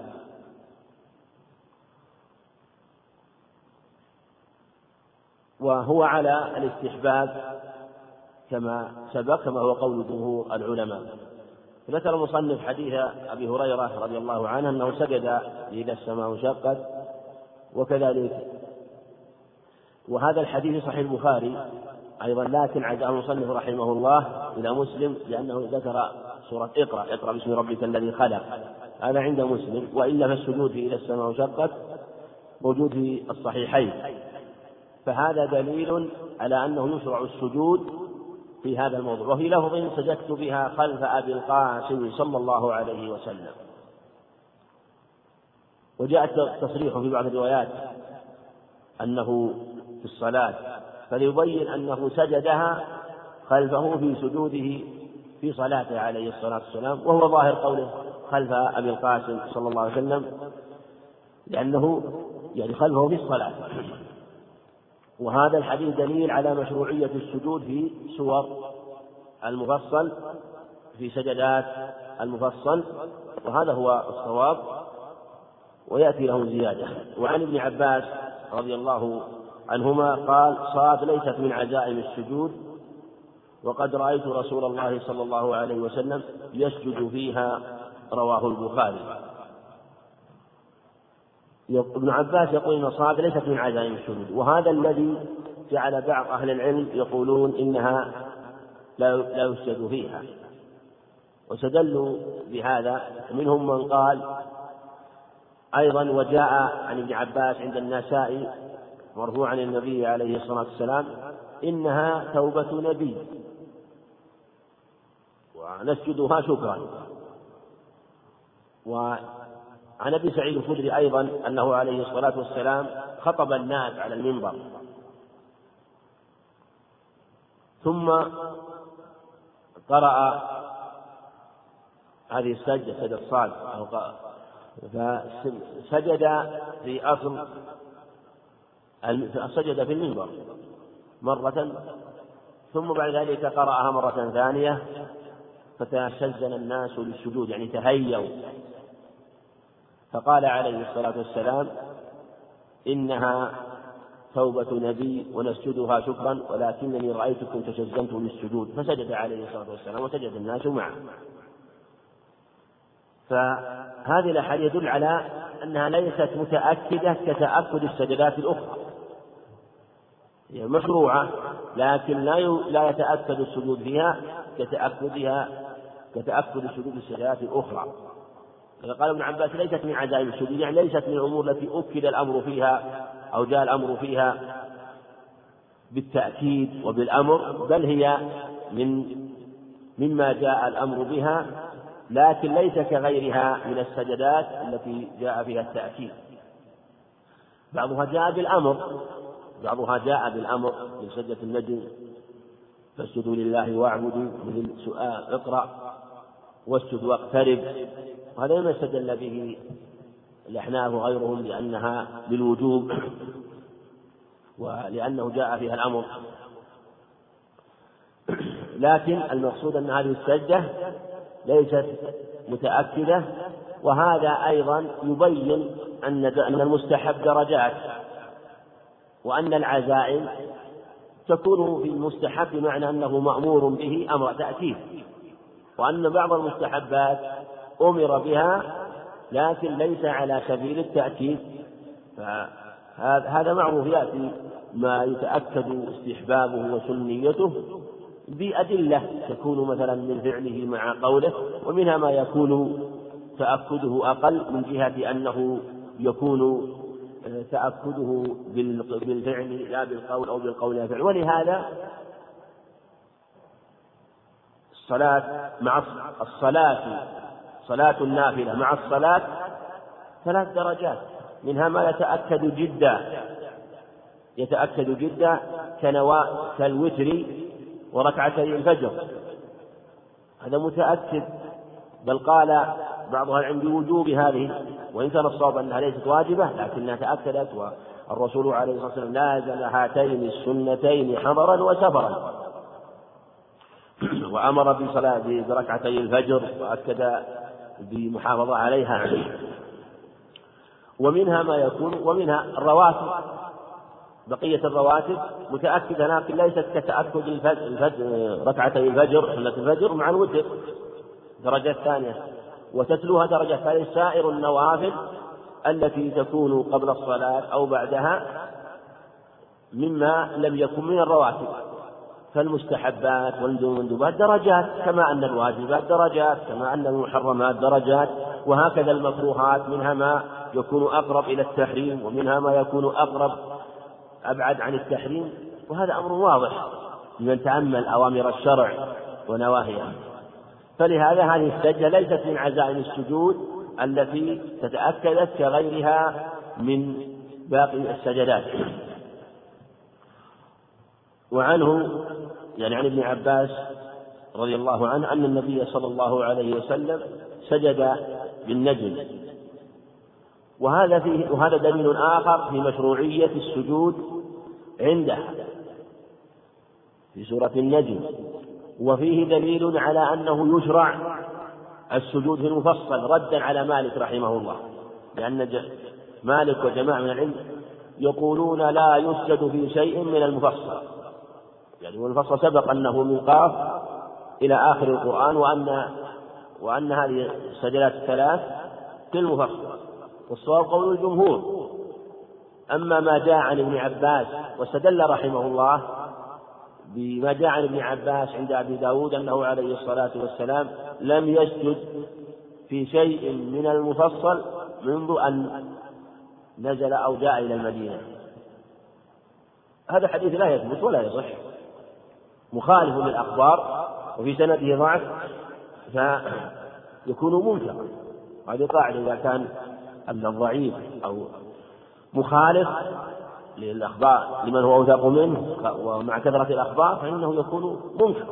وهو على الاستحباب كما سبق، كما هو قول جمهور العلماء. ذكر المصنف حديث أبي هريرة رضي الله عنه أنه سجد إذا السماء انشقت وكذلك. وهذا الحديث صحيح البخاري أيضا، لكن عزاه المصنف رحمه الله إلى مسلم لأنه ذكر سورة اقرأ باسم ربك الذي خلق، هذا عند مسلم. وإلا فالسجود إذا السماء انشقت موجود في الصحيحين، فهذا دليل على أنه يشرع السجود في هذا الموضوع. وفي لفظ: سجدت بها خلف أبي القاسم صلى الله عليه وسلم. وجاء التصريح في بعض الروايات أنه في الصلاة، فليبين أنه سجدها خلفه في سجوده في صلاته عليه الصلاة والسلام، وهو ظاهر قوله خلف أبي القاسم صلى الله عليه وسلم، لأنه خلفه في الصلاة. وهذا الحديث دليل على مشروعية السجود في سور المفصل، في سجدات المفصل، وهذا هو الصواب، ويأتي له زيادة. وعن ابن عباس رضي الله عنهما قال: صاد ليست من عزائم السجود، وقد رأيت رسول الله صلى الله عليه وسلم يسجد فيها، رواه البخاري. ابن عباس يقول إن الصلاة ليست من عزائم السجود، وهذا الذي جعل بعض أهل العلم يقولون إنها لا يسجد فيها، واستدلوا بهذا. منهم من قال أيضا، وجاء عن ابن عباس عند النسائي مرفوعا عن النبي عليه الصلاة والسلام إنها توبة نبي ونسجدها شكرا. وعن أبي سعيد الخدري أيضا أنه عليه الصلاة والسلام خطب الناس على المنبر ثم قرأ هذه السجدة، سجدة صاد، فسجد في أصل سجد في المنبر مرة، ثم بعد ذلك قرأها مرة ثانية، فتشزن الناس للسجود، يعني تهيئوا. فقال عليه الصلاة والسلام إنها توبة نبي ونسجدها شكرا، ولكنني رأيتكم تشزنتم للسجود، فسجد عليه الصلاة والسلام وسجد الناس معه. فهذه الأحاديث يدل على أنها ليست متأكدة كتأكد السجدات الأخرى، هي مشروعة لكن لا يتأكد السجود فيها كتأكد السجود السجدات الأخرى. قال ابن عباس ليست من عزائم السجود، يعني ليست من الأمور التي أكد الأمر فيها أو جاء الأمر فيها بالتأكيد وبالأمر، بل هي مما جاء الأمر بها، لكن ليس كغيرها من السجدات التي جاء فيها التأكيد. بعضها جاء بالأمر من سجدة النجم، فاسجدوا لله واعبدوا، مثل سؤال اقرأ واسجد واقترب، وهذا ما استدل به الأحناف وغيرهم لأنها للوجوب ولأنه جاء فيها الأمر. لكن المقصود أن هذه السجدة ليست متأكدة، وهذا أيضا يبين أن المستحب درجات، وأن العزائم تكون في المستحب بمعنى أنه مأمور به أمر تأكيد، وأن بعض المستحبات أمر بها لكن ليس على سبيل التأكيد، فهذا معروف يأتي ما يتأكد استحبابه وسنيته بأدلة تكون مثلا من فعله مع قوله، ومنها ما يكون تأكده أقل من جهة أنه يكون تأكده بالفعل لا بالقول أو بالقول لا بالفعل. ولهذا صلاة النافلة مع الصلاة 3 درجات، منها ما يتأكد جدا كالوتر وركعتي الفجر، هذا متأكد، بل قال بعض أهل العلم بوجوب هذه، وإن كان الصواب أنها ليست واجبة لكنها تأكدت، والرسول عليه الصلاة والسلام لازم هاتين السنتين حضرا وسفرا، وأمر بصلاة بركعتي الفجر وأكد بمحافظة عليها. ومنها ما يكون، ومنها الرواتب، بقية الرواتب متأكدة لكن ليست كتأكد ركعتي الفجر، سنة الفجر مع الوتر درجة ثانية، وتتلوها درجة ثالثة سائر النوافل التي تكون قبل الصلاة أو بعدها مما لم يكن من الرواتب. فالمستحبات والمندوبات درجات، كما أن الواجبات درجات، كما أن المحرمات درجات، وهكذا المكروهات منها ما يكون أقرب إلى التحريم ومنها ما يكون أبعد عن التحريم، وهذا أمر واضح لمن تأمل أوامر الشرع ونواهيه. فلهذا هذه السجدة ليست من عزائم السجود التي تتأكدت كغيرها من باقي السجدات. وعنه يعني عن ابن عباس رضي الله عنه أن النبي صلى الله عليه وسلم سجد بالنجم، وهذا دليل آخر في مشروعية السجود عندها في سورة النجم، وفيه دليل على أنه يشرع السجود في المفصل ردا على مالك رحمه الله، لأن مالك وجماعة من العلم يقولون لا يسجد في شيء من المفصل، يعني والمفصل سبق أنه من قاف إلى آخر القرآن، وأن هذه السجلات الثلاث في المفصل، والصواب قول الجمهور. أما ما جاء عن ابن عباس، واستدل رحمه الله بما جاء عن ابن عباس عند أبي داود أنه عليه الصلاة والسلام لم يسجد في شيء من المفصل منذ أن نزل أو جاء إلى المدينة. هذا حديث لا يثبت ولا يصح، مخالف للأخبار وفي سنده ضعف، فيكون منكرا. هذه قاعدة، إذا كان الضعيف أو مخالف للأخبار لمن هو أوثق منه ومع كثرة الأخبار فإنه يكون منكرا.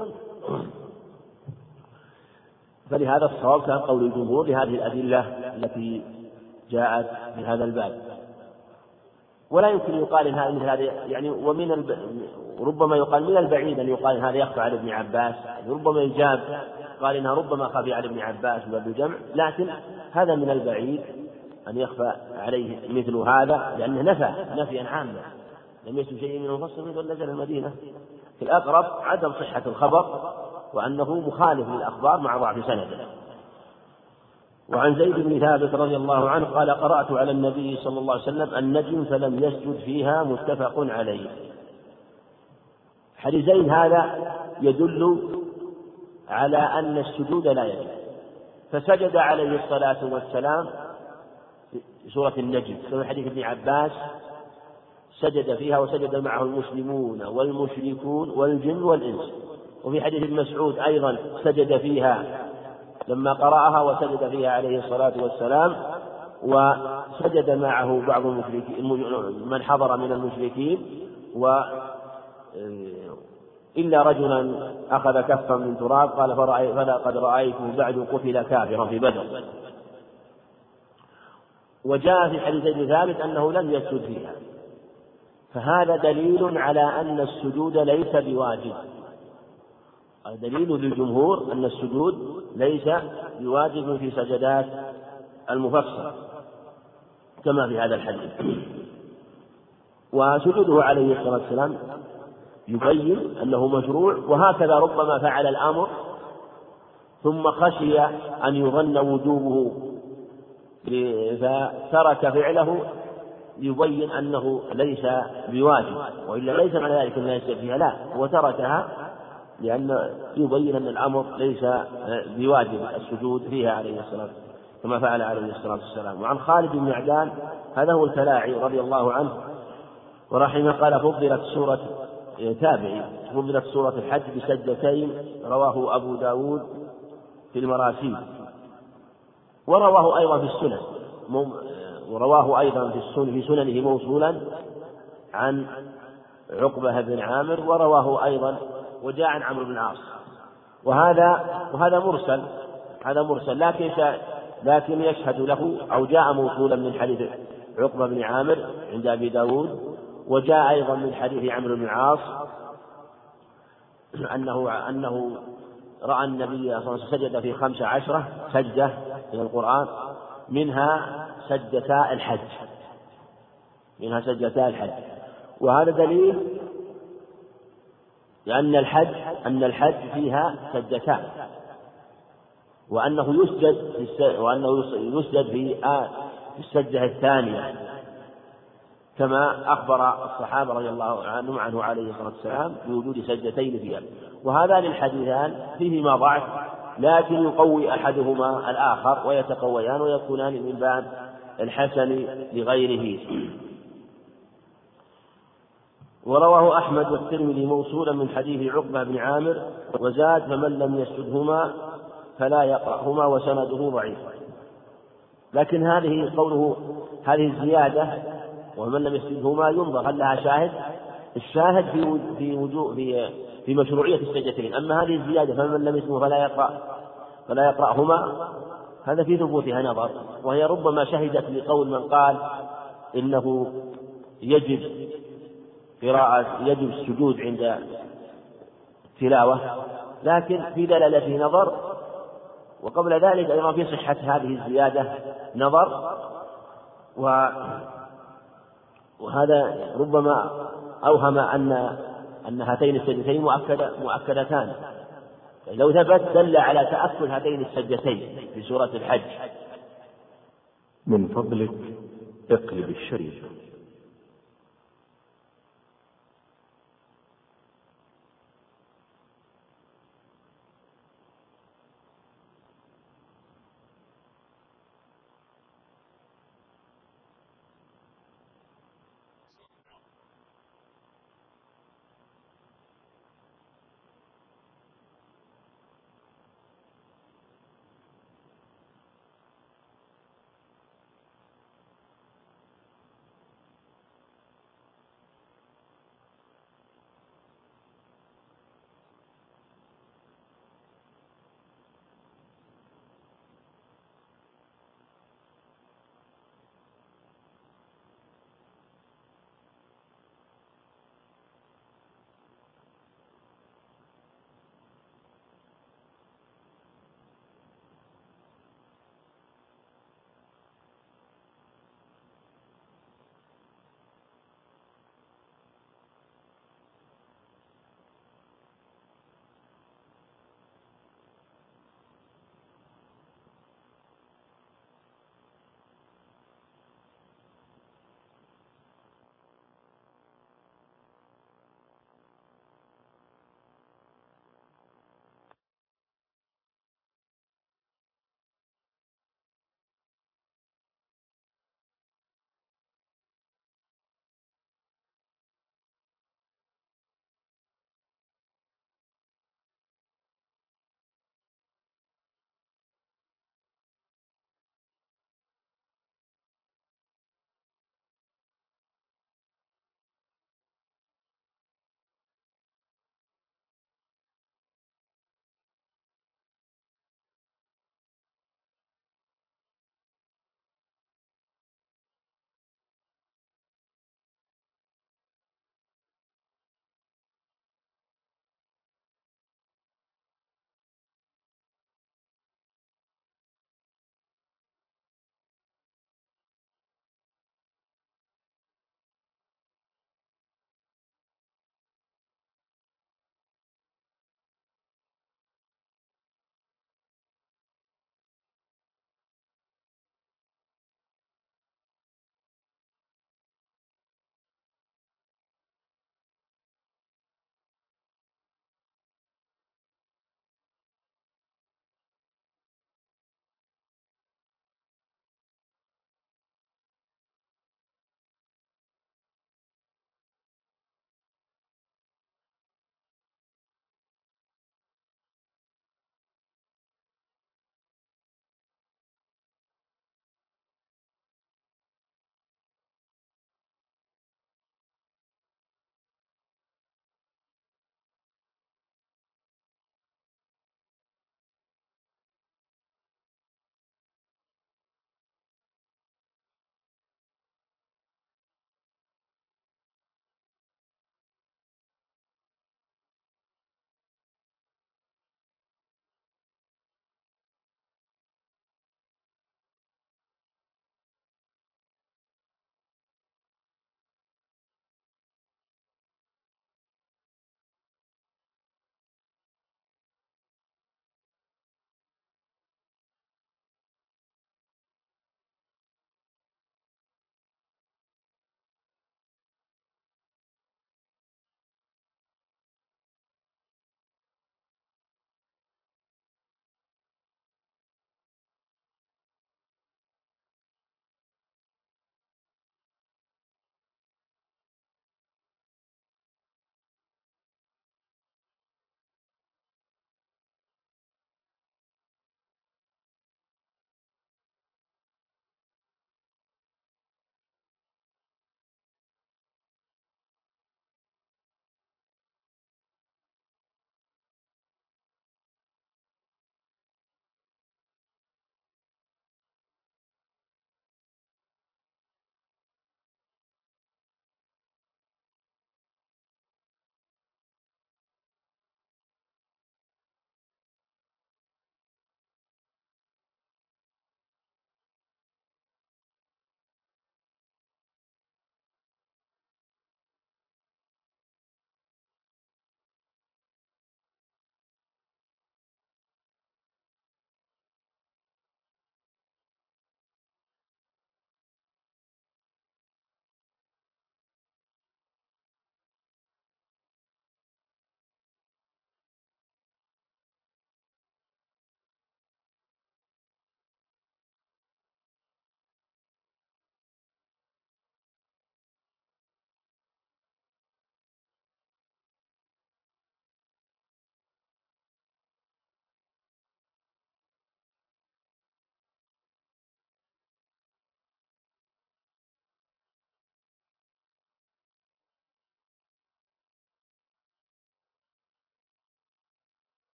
فلهذا الصواب كان قول الجمهور لهذه الأدلة التي جاءت في هذا الباب. ولا يمكن يقال إن هذا يعني ربما يقال من البعيد أن يقال إن هذا يخفى على ابن عباس، ربما يجاب قال إنها ربما خفي على ابن عباس بالجمع، لكن هذا من البعيد أن يخفى عليه مثل هذا، لأنه نفيا عاما، لم يسمع شيء من المفصل منذ نزل المدينة. في الأقرب عدم صحة الخبر وأنه مخالف للأخبار مع ضعف سنده. وعن زيد بن ثابت رضي الله عنه قال: قرأت على النبي صلى الله عليه وسلم النجم فلم يسجد فيها، متفق عليه. حديث زيد هذا يدل على أن السجود لا يجب، فسجد عليه الصلاة والسلام في سورة النجم كما حديث ابن عباس سجد فيها وسجد معه المسلمون والمشركون والجن والإنس. وفي حديث ابن مسعود أيضا سجد فيها لما قرأها وسجد فيها عليه الصلاة والسلام، وسجد معه بعض المشركين من حضر من المشركين، إلا رجلا أخذ كفا من تراب قال: فلقد رأيته بعد قتل كافرا في بدر. وجاء في حديث ابن ثابت أنه لم يسجد فيها، فهذا دليل على أن السجود ليس بواجب. دليل للجمهور أن السجود ليس بواجب في سجدات المفصل كما في هذا الحديث. وسجوده عليه الصلاة والسلام يبين أنه مشروع، وهكذا ربما فعل الأمر ثم خشي أن يظن وجوبه فترك فعله يبين أنه ليس بواجب، وإلا ليس معنى ذلك أنه يسجد فيها، لا، هو تركها لأن يبين أن الأمر ليس بواجب السجود فيها عليه الصلاة والسلام كما فعل عليه الصلاة والسلام. وعن خالد بن معدان هذا هو الكلاعي رضي الله عنه ورحمه قال: فضلت سورة الحج بسجدتين، رواه أبو داود في المراسيل، ورواه أيضا في السنن، في سننه موصولا عن عقبة بن عامر، ورواه أيضا وجاء عن عمرو بن العاص. وهذا مرسل لكن يشهد له أو جاء موصولا من حديث عقبة بن عامر عند أبي داود، وجاء أيضا من حديث عمرو بن العاص أنه رأى النبي صلى الله عليه وسلم سجد في 15 سجدة من القرآن، منها سجدتا الحج. وهذا دليل لأن الحج فيها سجدتان، وأنه يسجد في السجدة الثانية كما أخبر الصحابة رضي الله عنه عليه الصلاة والسلام بوجود سجدتين فيها. وهذان الحديثان فيهما ضعف، لكن يقوي أحدهما الآخر ويتقويان ويكونان من باب الحسن لغيره. ورواه أحمد والترمذي موصولا من حديث عقبة بن عامر، وزاد: فمن لم يسجدهما فلا يقرأهما، وسنده ضعيف. لكن هذه الزيادة ومن لم يسجدهما ينظر هل لها شاهد. الشاهد في مشروعية السجدتين. أما هذه الزيادة فمن لم يسجده فلا يقرأهما، هذا في ثبوتها نظر، وهي ربما شهدت لقول من قال إنه يجب السجود عند التلاوة، لكن في دلالته نظر. وقبل ذلك أيضا في صحة هذه الزيادة نظر، وهذا ربما أوهم أن هاتين السجدتين مؤكدتان. لو ثبت دل على تأكد هاتين السجدتين في سورة الحج. من فضلك اقلب الشريط.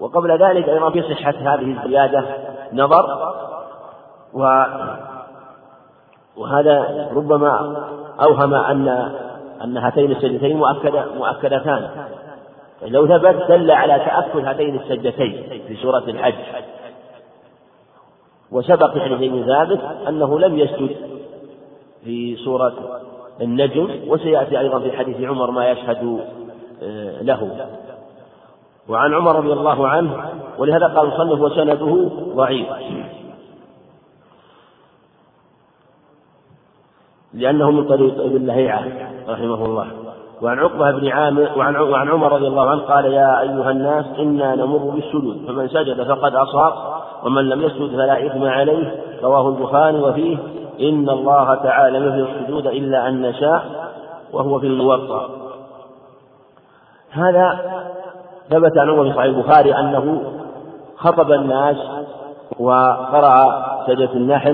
وقبل ذلك أيضا في صحة هذه الزيادة نظر، وهذا ربما أوهم أن هاتين السجدتين مؤكدتان، لو ثبت دل على تأكد هاتين السجدتين في سورة الحج. وسبق في حديث ابن ثابت أنه لم يسجد في سورة النجم، وسيأتي أيضا في حديث عمر ما يشهد له. وعن عمر رضي الله عنه، ولهذا قال المصنف وسنده ضعيف لأنه من طريق ابن لهيعة رحمه الله. وعن عقبة بن عامر وعن عمر رضي الله عنه قال يا أيها الناس إنا نمر بالسجود فمن سجد فقد أصاب ومن لم يسجد فلا إثم عليه، رواه البخاري. وفيه إن الله تعالى لم يفرض السجود إلا أن نشاء، وهو في الموطأ. هذا ثبت عن عمر في صحيح البخاري أنه خطب الناس وقرأ سجدة النحل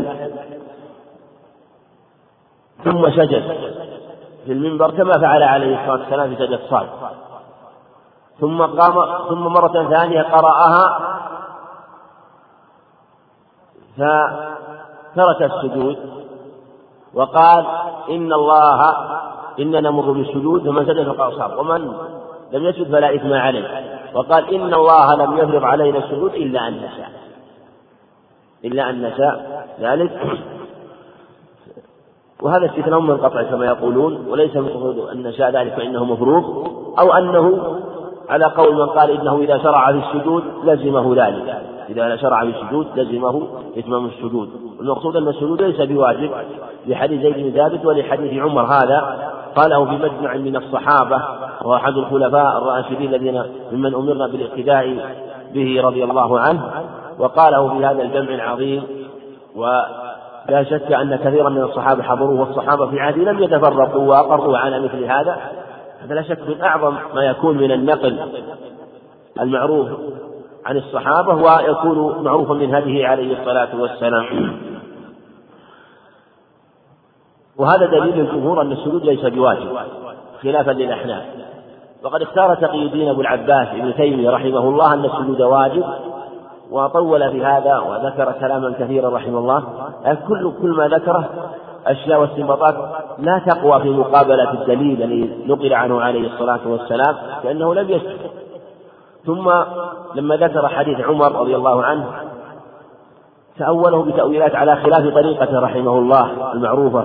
ثم سجد في المنبر كما فعل عليه الصلاة والسلام في سجدة صاد، ثم قام ثم مرة ثانية قرأها فترك السجود وقال إننا نمر بالسجود فمن سجد فقد أصاب ومن لم يسجد فلا إثم عليه، وقال إن الله لم يفرض علينا السجود إلا أن نشاء ذلك. وهذا استثناء منقطع كما يقولون، وليس مقصود أن نشاء ذلك فإنه مفروض، أو أنه على قول من قال إنه إذا شرع في السجود لزمه ذلك، إذا شرع في السجود لزمه إتمام السجود. المقصود أن السجود ليس بواجب لحديث زيد بن ثابت ولحديث عمر، هذا قاله بمجمع من الصحابة وأحد الخلفاء الراشدين الذين ممن أمرنا بالاقتداء به رضي الله عنه، وقاله في هذا الجمع العظيم. ولا شك أن كثيرا من الصحابة حضروه، والصحابة في عهده لم يتفرقوا وأقروا على مثل هذا. هذا لا شك من أعظم ما يكون من النقل المعروف عن الصحابة، ويكون معروفا من هديه عليه الصلاة والسلام. وهذا دليل الجمهور أن السجود ليس بواجب خلافا للأحناف. وقد اختار تقي الدين أبو العباس ابن تيمية رحمه الله أن السجود واجب، وطول في هذا وذكر كلاما كثيرا رحمه الله. كل ما ذكره أشياء واستنباطات لا تقوى في مقابلة الدليل الذي نقل عنه عليه الصلاة والسلام كأنه لم يسجد. ثم لما ذكر حديث عمر رضي الله عنه تأوله بتأويلات على خلاف طريقة رحمه الله المعروفة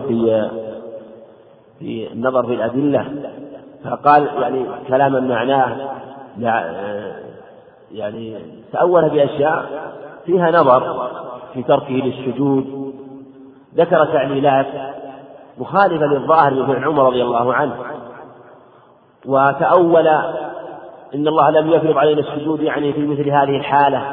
في النظر في الأدلة، فقال يعني كلاما معناه يعني تأول بأشياء فيها نظر في تركه للسجود، ذكر تعليلات مخالفة للظاهر من عمر رضي الله عنه، وتأول إن الله لم يفرض علينا السجود يعني في مثل هذه الحالة،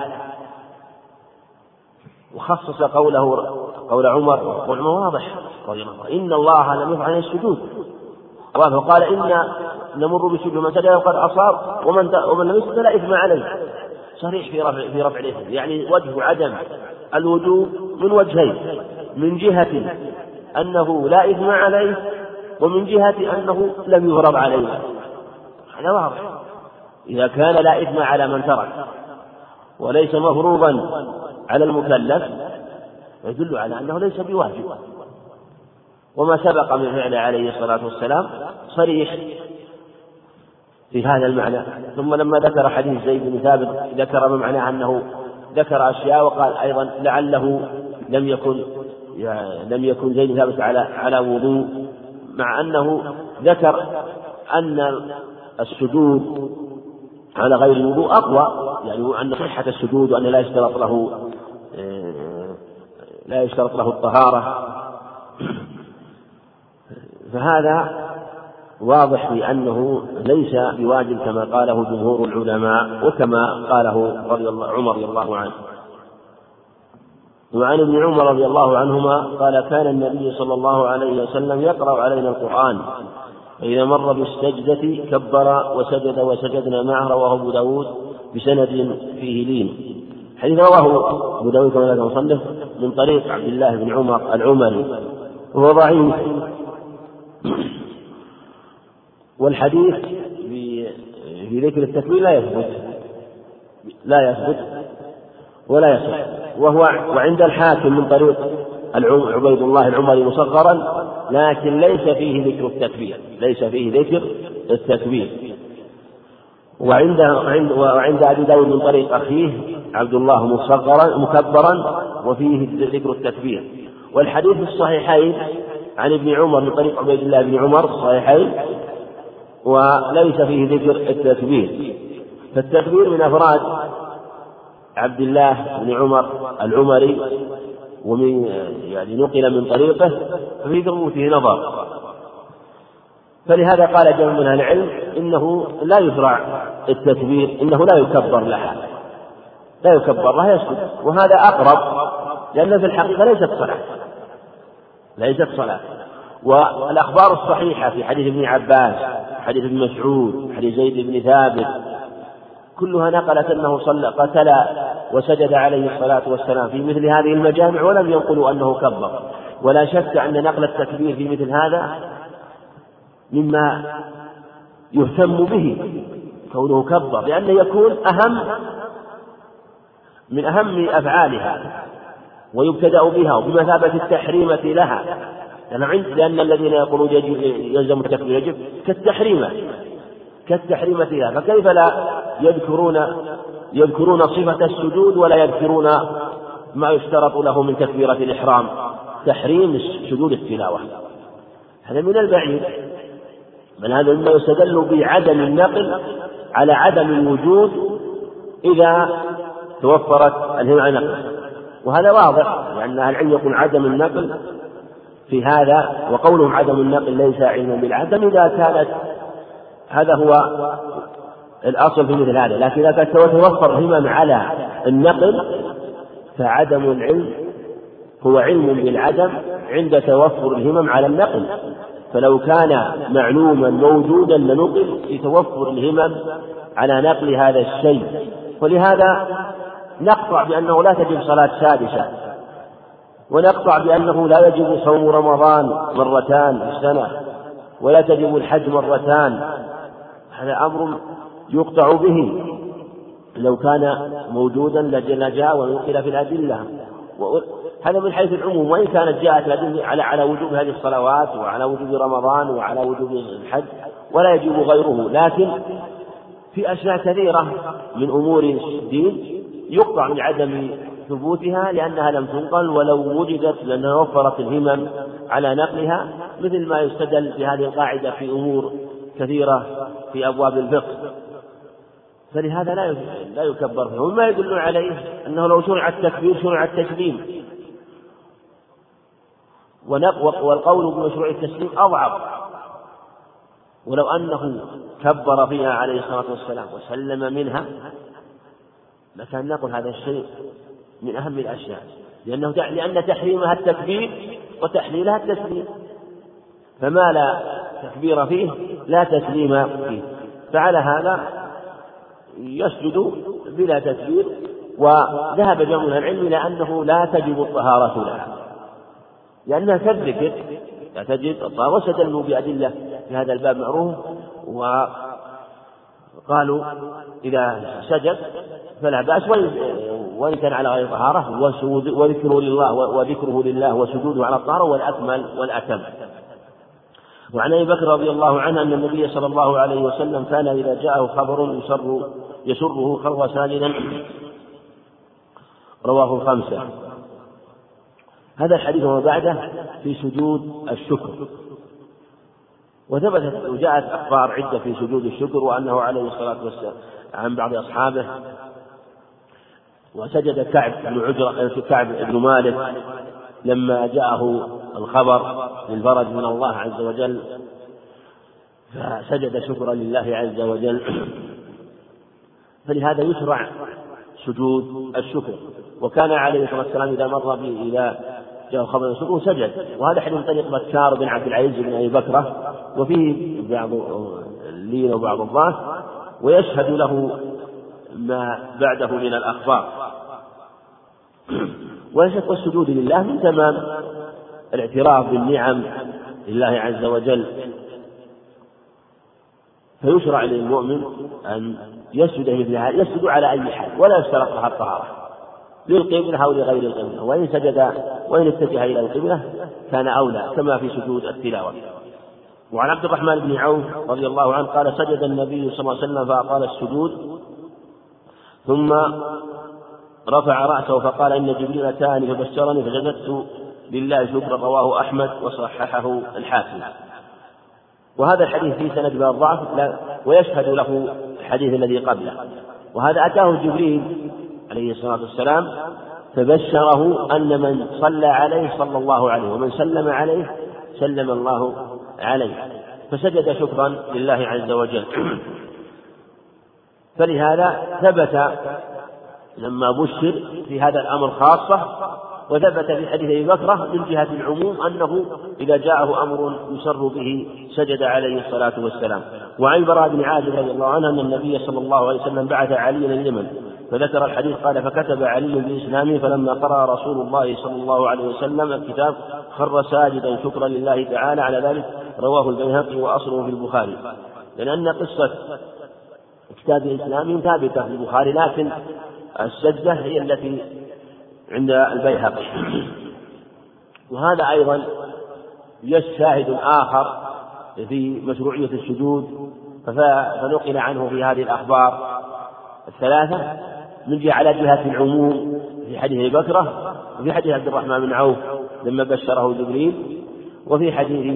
وخصص قول عمر واضح رضي الله عنه إن الله لم يفرض علينا السجود، وقال إن نمر بالسجود من سجد وقد أصاب ومن لم يسجد لا إثم عليه، صريح في رفع الإثم، يعني وجه عدم الوجوب من وجهين، من جهة أنه لا إثم عليه ومن جهة أنه لم يفرض عليه. هذا واضح. إذا كان لا إثم على من ترك وليس مفروضا على المكلف يدل على أنه ليس بواجب، وما سبق من فعله عليه الصلاة والسلام صريح في هذا المعنى. ثم لما ذكر حديث زيد بن ثابت ذكر بمعنى أنه ذكر أشياء، وقال أيضا لعله لم يكن زيد بن ثابت على وضوء، مع أنه ذكر أن السجود على غير الوضوء أقوى، يعني أن صحة السجود وأن لا يشترط له الطهارة. فهذا واضح بأنه ليس بواجب كما قاله جمهور العلماء وكما قاله عمر رضي الله عنه. وعن ابن عمر رضي الله عنهما قال كان النبي صلى الله عليه وسلم يقرأ علينا القرآن فإذا مر بالسجدة كبر وسجد وسجدنا معه، رواه أبو داود بسند فيه لين. حديث رواه أبو داود كما ذكر المصنف من طريق عبد الله بن عمر العمري وهو ضعيف. والحديث في ذكر التكبير لا يثبت، لا يثبت ولا يصح. وعند الحاكم من طريق عبيد الله العمري مصغرا، لكن ليس فيه ذكر التكبير. وعند أبي داود من طريق أخيه عبد الله مكبرا وفيه ذكر التكبير. والحديث الصحيحين عن ابن عمر من طريق عبيد الله بن عمر الصحيحين وليس فيه ذكر التكبير. فالتكبير من أفراد عبد الله بن عمر العمري، ومن يعني نقل من طريقه، ففي ثبوته نظر. فلهذا قال جمع من أهل العلم إنه لا يشرع التكبير، إنه لا يكبر لها يسكت، وهذا أقرب، لأن في الحقيقة ليست صلاة. والأخبار الصحيحة في حديث ابن عباس، حديث ابن مسعود، حديث زيد بن ثابت، كلها نقلت أنه قتل وسجد عليه الصلاة والسلام في مثل هذه المجامع، ولم ينقلوا أنه كبر. ولا شك أن نقل التكبير في مثل هذا مما يهتم به كونه كبر، لأنه يكون من أهم أفعالها ويبتدأ بها وبمثابة التحريمة لها، لأن الذين يقولون يلزم التكبير يجب كالتحريمة لها، فكيف لا يذكرون صفة السجود ولا يذكرون ما يشترط له من تكبيرة الإحرام، تحريم سجود التلاوة. هذا من البعيد، بل هذا مما يستدل بعدم النقل على عدم الوجود إذا توفرت الهمة عن نقل، وهذا واضح، لأن أهل العلم يقول عدم النقل في هذا، وقولهم عدم النقل ليس علما بالعدم إذا كانت هذا هو الأصل في مثل هذا. لكن إذا كانت توفر الهمم على النقل فعدم العلم هو علم بالعدم عند توفر الهمم على النقل، فلو كان معلوما موجودا لنقل في توفر الهمم على نقل هذا الشيء. ولهذا نقطع بأنه لا تجب صلاة سادسة، ونقطع بأنه لا يجب صوم رمضان مرتان في السنة، ولا تجب الحج مرتان. هذا أمر يقطع به لو كان موجودا لجاء ونقل في الأدلة. هذا من حيث العموم، وإن كانت جاءت الأدلة على وجوب هذه الصلوات وعلى وجوب رمضان وعلى وجوب الحج ولا يجب غيره، لكن في أشياء كثيرة من أمور الدين يقطع من عدم ثبوتها لأنها لم تنقل، ولو وجدت لأنها وفرت الهمم على نقلها، مثل ما يستدل بهذه القاعدة في أمور كثيرة في أبواب الفقه. فلهذا لا يكبر فيه. وما يدل عليه أنه لو شرع التكبير شرع التسليم، والقول بمشروع التسليم أضعف. ولو أنه كبر فيها عليه الصلاة والسلام وسلم منها لكان نقول هذا الشيء من أهم الأشياء، لأن تحريمها التكبير وتحليلها التسليم، فما لا تكبير فيه لا تسليم فيه. فعلى هذا يسجد بلا تكبير. وذهب جمع من العلم إلى أنه لا تجب الطهارة لها، لأنها كالذكر لا تجب الطهارة، واستدلوا بأدلة في هذا الباب معروف، وقالوا إذا سجد فلا بأس وإن كان على غير طهارة، وذكره لله وسجوده على الطهارة والأكمل والأتم. وعن أبي بكر رضي الله عنه أن النبي صلى الله عليه وسلم كان إذا جاءه خبر يسره خر ساجدا، رواه الخمسة. هذا الحديث وبعده في سجود الشكر، وثبتت وجاءت أخبار عدة في سجود الشكر، وأنه عليه الصلاة والسلام عن بعض أصحابه وسجد كعب بن مالك لما جاءه الخبر بالفرج من الله عز وجل، فسجد شكرا لله عز وجل. فلهذا يشرع سجود الشكر. وكان عليه الصلاة والسلام إذا مر به إذا جاء خبر الشكر سجد. وهذا حديث طريق بكار بن عبد العزيز بن أبي بكرة، وفيه بعض اللين وبعض الضعف، ويشهد له ما بعده من الأخبار. ويشهد السجود لله من تمام الاعتراف بالنعم لله عز وجل. فيشرع للمؤمن أن يسجد مثل هذا، يسجد على أي حال ولا يشترط لها الطهارة للقبلة أو لغير القبلة، وإن سجد وإن اتجه إلى القبلة كان أولى كما في سجود التلاوة. وعن عبد الرحمن بن عوف رضي الله عنه قال سجد النبي صلى الله عليه وسلم فأطال السجود ثم رفع رأسه فقال إن جبريل أتاني فبشرني فسجدت لله شكرا، رواه أحمد وصححه الحاكم. وهذا الحديث فيه سند بعض الضعف ويشهد له الحديث الذي قبله. وهذا أتاه جبريل عليه الصلاة والسلام فبشره أن من صلى عليه صلى الله عليه ومن سلم عليه سلم الله عليه، فسجد شكرا لله عز وجل. فلهذا ثبت لما بشر في هذا الأمر خاصة، وثبت في حديث أبي بكر من جهة العموم أنه إذا جاءه أمر يسر به سجد عليه الصلاة والسلام. وعن براء بن عازب رضي الله عنه أن النبي صلى الله عليه وسلم بعث عليا إلى اليمن فذكر الحديث قال فكتب علي بإسلامه فلما قرأ رسول الله صلى الله عليه وسلم الكتاب خر ساجدا شكرا لله تعالى على ذلك، رواه البيهقي وأصله في البخاري. لأن قصة كتاب الإسلام ثابتة في البخاري، لكن السجدة هي التي عند البيهقي. وهذا أيضا شاهد آخر في مشروعية السجود، فنقل عنه في هذه الأخبار الثلاثة من جهة على جهة العموم في حديث أبي بكر وفي حديث عبد الرحمن بن عوف لما بشره جبريل، وفي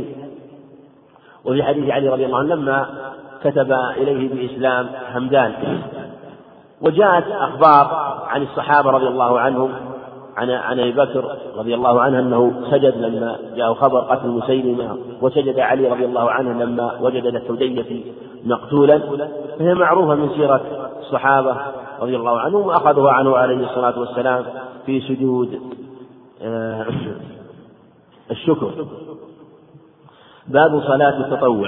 حديث علي رضي الله عنه لما كتب إليه بإسلام همدان. وجاءت أخبار عن الصحابة رضي الله عنهم عن أبي بكر رضي الله عنه أنه سجد لما جاء خبر قتل مسيلمة، وسجد علي رضي الله عنه لما وجد الحديبية مقتولا، فهي معروفة من سيرة الصحابة رضي الله عنهم، وأخذها عنه عليه الصلاة والسلام في سجود الشكر. باب صلاة التطوع.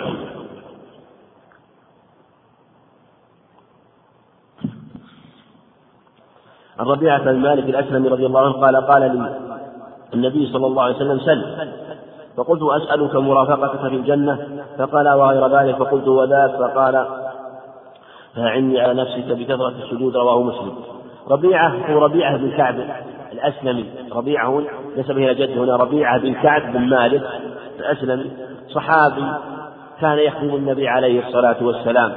عن ربيعة بن مالك الأسلمي رضي الله عنه قال لي النبي صلى الله عليه وسلم سل، فقلت أسألك مرافقتك في الجنة، فقال وغير ذلك، فقلت وذاك، فقال فأعني على نفسك بكثرة السجود، رواه مسلم. ربيعة هو ربيعة بن كعب الأسلمي، ربيعة نسب إلى جده هنا ربيعة بن كعب بن مالك الأسلمي، صحابي كان يخدم النبي عليه الصلاة والسلام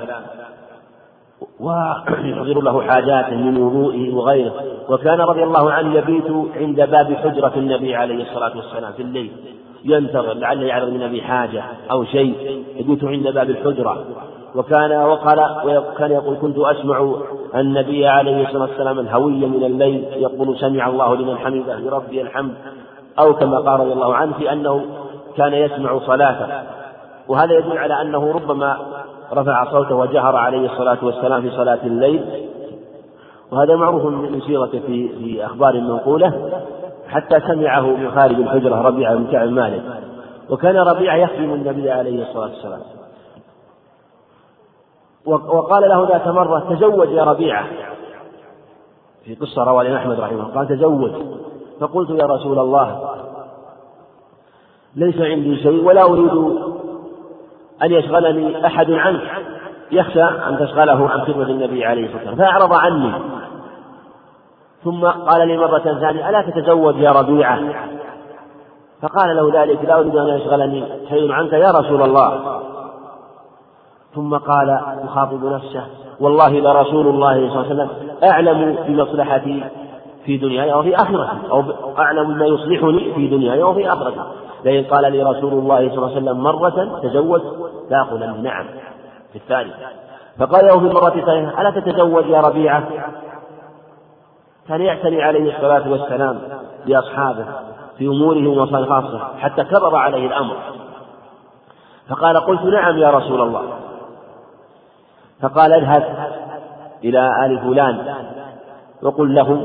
ويحضر له حاجاته من وضوئه وغيره، وكان رضي الله عنه يبيت عند باب حجرة النبي عليه الصلاة والسلام في الليل ينتظر لعله يعرض من أبي حاجة أو شيء، يبيت عند باب الحجرة. وكان يقول كنت أسمع النبي عليه الصلاة والسلام الهوي من الليل يقول سمع الله لمن حمده لربي الحمد، أو كما قال رضي الله عنه في أنه كان يسمع صلاته. وهذا يدل على أنه ربما رفع صوته وجهر عليه الصلاة والسلام في صلاة الليل، وهذا معروف من سيرته في أخبار منقولة، حتى سمعه من خارج الحجرة ربيعة بن كعب مالك. وكان ربيعة يخدم النبي عليه الصلاة والسلام، وقال له ذات مرة تزوج يا ربيعة، في قصة رواه الإمام أحمد رحمه الله قال تزوج، فقلت يا رسول الله ليس عندي شيء ولا أريد أن يشغلني أحد عنك، يخشى أن تشغله عن خدمة النبي عليه الصلاة والسلام، فأعرض عني. ثم قال لي مرة ثانية ألا تتزوج يا ربيعة؟ فقال له ذلك لا أريد أن يشغلني شيء عنك يا رسول الله. ثم قال يخاطب نفسه والله لرسول الله صلى الله عليه وسلم أعلم بمصلحتي في دنياي أو في آخرتي، أو أعلم ما يصلحني في دنياي أو في آخرتي، لئن قال لي رسول الله صلى الله عليه وسلم مرة تزوج لأقول نعم في الثانية. فقال له في المرة الثانية ألا تتزوج يا ربيعة؟ كان يعتني عليه الصلاة والسلام بأصحابه في أمورهم وصال خاصة حتى كرر عليه الأمر. فقال قلت نعم يا رسول الله. فقال اذهب إلى آل فلان وقل لهم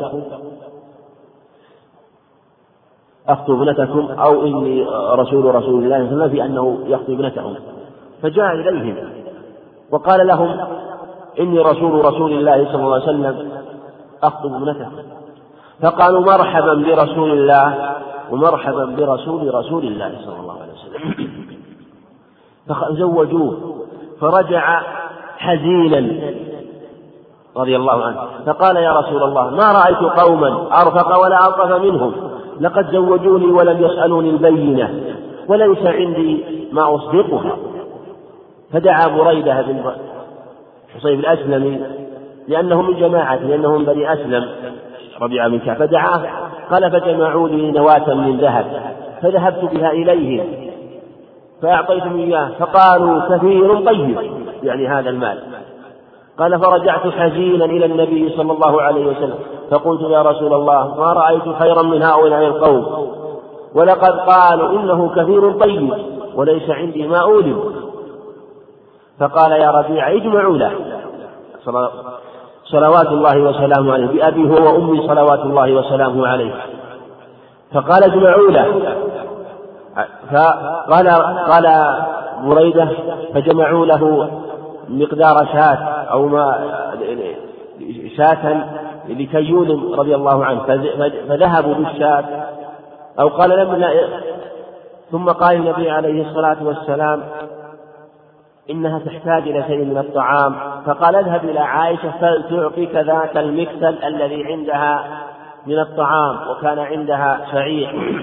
أخطب ابنتكم أو إني رسول الله صلى الله عليه وسلم في أنه يخطب ابنتهم. فجاء إليهم وقال لهم إني رسول الله صلى الله عليه وسلم أخطب ابنتكم. فقالوا مرحبا برسول الله ومرحبا برسول الله صلى الله عليه وسلم. فزوجوه. فرجع حزينا رضي الله عنه، فقال يا رسول الله ما رأيت قوما أرفق ولا ألطف منهم، لقد زوجوني ولم يسألوني البينة وليس عندي ما أصدقها. فدعا بريدة بن حصيب الأسلمي لأنه من جماعة، لأنه من بني أسلم ربيعة بن كعب، فدعاه قال فجمعوا لي نواة من ذهب فذهبت بها إليهم فأعطيتهم إياه فقالوا كثير طيب، يعني هذا المال. قال فرجعت حزينا إلى النبي صلى الله عليه وسلم فقلت يا رسول الله ما رأيت خيرا من هؤلاء القوم، ولقد قالوا إنه كثير طيب وليس عندي ما أولم. فقال يا ربيع اجمعوا له صلوات الله وسلامه عليه، بأبي هو وأمي صلوات الله وسلامه عليه. فقال اجمعوا له، فقال بريدة فجمعوا له مقدار شاة أو شاة لكيول رضي الله عنه، فذهبوا بالشاة أو قال لم. ثم قال النبي عليه الصلاة والسلام إنها تحتاج إلى شيء من الطعام، فقال اذهب إلى عائشة فلتعطيك ذاك المكتل الذي عندها من الطعام، وكان عندها شعير.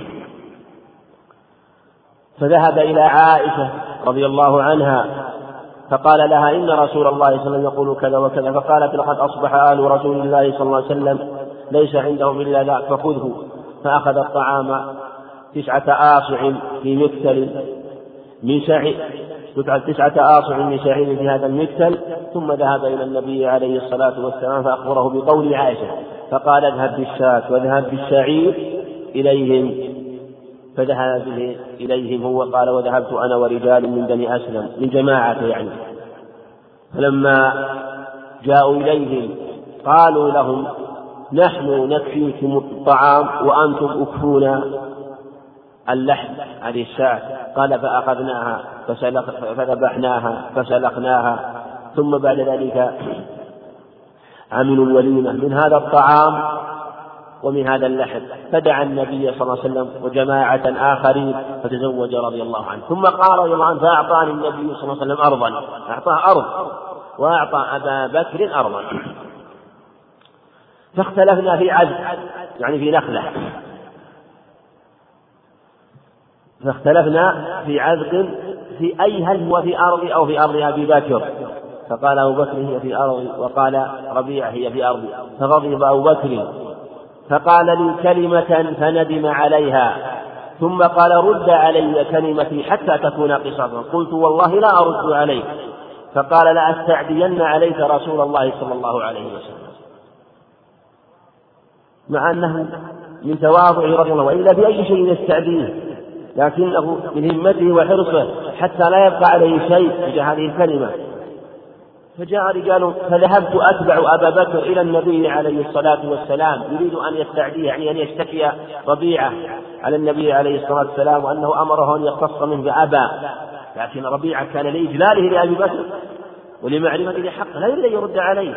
فذهب إلى عائشة رضي الله عنها فقال لها إن رسول الله صلى الله عليه وسلم يقول كذا وكذا، فقالت لقد أصبح آل رسول الله صلى الله عليه وسلم ليس عندهم إلا ذاك فخذه. فأخذ الطعام 9 آصع في مكتل من شعير، 9 آصع من شعير في هذا المكتل، ثم ذهب إلى النبي عليه الصلاة والسلام فأخبره بقول عائشة، فقال اذهب بالشاة واذهب بالشعير إليهم، فذهب به إليهم هو. قال وذهبت أنا ورجال من بني أسلم من جماعة يعني، فلما جاءوا إليهم قالوا لهم نحن نكفيكم الطعام وأنتم أكفونا اللحم هذه الشاة. قال فأخذناها فذبحناها فسلخناها، ثم بعد ذلك عملوا الوليمة من هذا الطعام ومن هذا اللحم. فدعا النبي صلى الله عليه وسلم وجماعة آخرين فتزوج رضي الله عنه. ثم قال رضي الله عنه فأعطاني النبي صلى الله عليه وسلم أرضا، أعطاه أرض وأعطى أبا بكر أرضا. فاختلفنا في عزق يعني في نخلة، فاختلفنا في عزق في أي هل هو في أرضي أو في أرض أبي بكر، فقال أبو بكر هي في أرضي، وقال ربيعة هي في أرضي. فغضب أبو بكر فقال لي كلمة فندم عليها، ثم قال رد علي كلمتي حتى تكون قصاصا. قلت والله لا أرد عليك، فقال لأستعدين عليك رسول الله صلى الله عليه وسلم، مع أنه من تواضعه رضي الله عنه، وإلا بأي شيء يستعديه، لكنه من همته وحرصه حتى لا يبقى عليه شيء في هذه الكلمة. فجاء رجال فذهبت أتبع أبا بكر إلى النبي عليه الصلاة والسلام يريد أن يستعديه، يعني أن يشتكي ربيعة على النبي عليه الصلاة والسلام وأنه أمره أن يقتص منه بأبى، لكن ربيعة كان لإجلاله لأبي بكر ولمعرفته حقه لا يريد أن يرد عليه.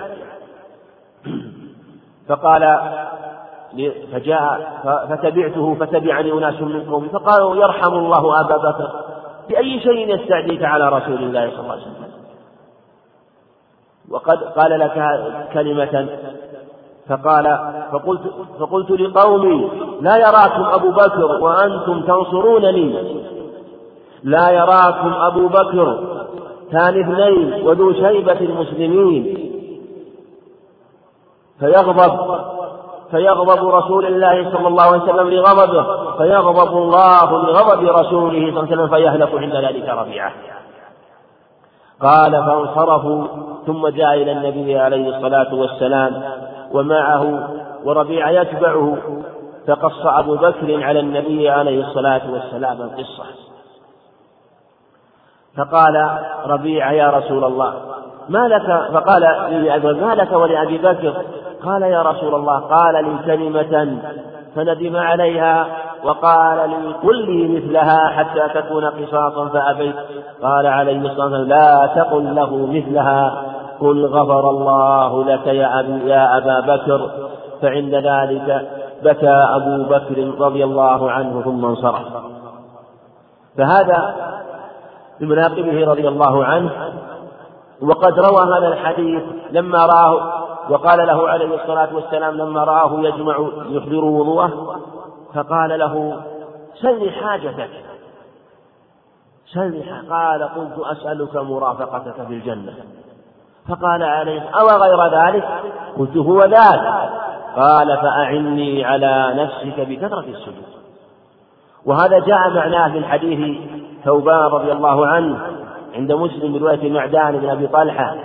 فقال فجاء فتبعته فتبعني أناس من قومي فقالوا يرحم الله أبا بكر، بأي شيء يستعديك على رسول الله صلى الله عليه وسلم، وقد قال لك كلمة. فقلت لقومي لا يراكم أبو بكر وأنتم تنصرونني، لا يراكم أبو بكر ثاني اثنين وذو شيبة المسلمين، فيغضب رسول الله صلى الله عليه وسلم لغضبه، فيغضب الله لغضب رسوله صلى الله عليه وسلم، فيهلك عند ذلك ربيعة. قال فانصرفوا، ثم جاء إلى النبي عليه الصلاة والسلام ومعه وربيعة يتبعه، فقص أبو بكر على النبي عليه الصلاة والسلام القصة. فقال ربيعة يا رسول الله ما لك؟ فقال ما لك ولأبي بكر؟ قال يا رسول الله قال لي كلمة فندم عليها وقال لي قل لي مثلها حتى تكون قصاصا فأبيت. قال عليه الصلاة والسلام لا تقل له مثلها، قل غفر الله لك يا أبا بكر. فعند ذلك بكى أبو بكر رضي الله عنه ثم انصرف. فهذا بمناقبه رضي الله عنه، وقد روى هذا الحديث لما رآه، وقال له عليه الصلاة والسلام لما رآه يحضر وضوءه فقال له سلني حاجتك، قال قلت أسألك مرافقتك في الجنة، فقال عليه أو غير ذلك؟ قلت هو ذاك، قال فأعني على نفسك بكثرة السجود. وهذا جاء معناه من حديث ثوبان رضي الله عنه عند مسلم برواية معدان بن أبي طلحة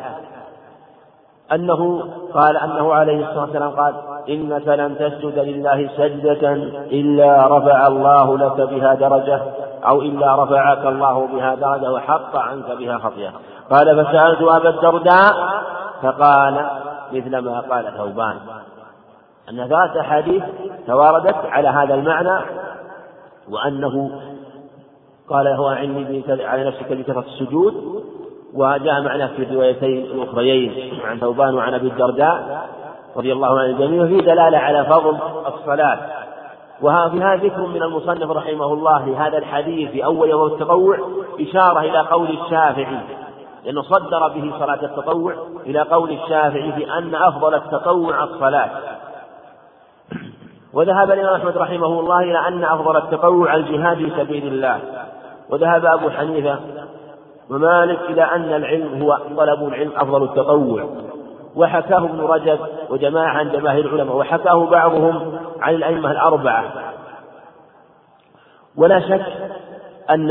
أنه قال أنه عليه الصلاة والسلام قال إنك لن تسجد لله سجدة إلا رفع الله لك بها درجة، أو إلا رفعك الله بها درجة وحط عنك بها خطيئة. قال فسألت أبا الدرداء فقال مثل ما قال ثوبان، أن ذات حديث تواردت على هذا المعنى، وأنه قال له أعني على نفسك بكثرة السجود. وجاء معناه في الروايتين الأخريين عن ثوبان وعن أبي الدرداء رضي الله عن الجميع في دلالة على فضل الصلاة. وفي هذا ذكر من المصنف رحمه الله لهذا الحديث في أول يوم التطوع إشارة إلى قول الشافعي، لأنه صدر به صلاة التطوع إلى قول الشافعي في أن أفضل التطوع الصلاة. وذهب الإمام أحمد رحمه الله إلى أن أفضل التطوع الجهاد في سبيل الله، وذهب أبو حنيفة ومالك إلى أن العلم هو طلب العلم أفضل التطوع. وحكاه ابن رجب وجماعة عن جماهير العلماء، وحكاه بعضهم عن الأئمة الأربعة. ولا شك أن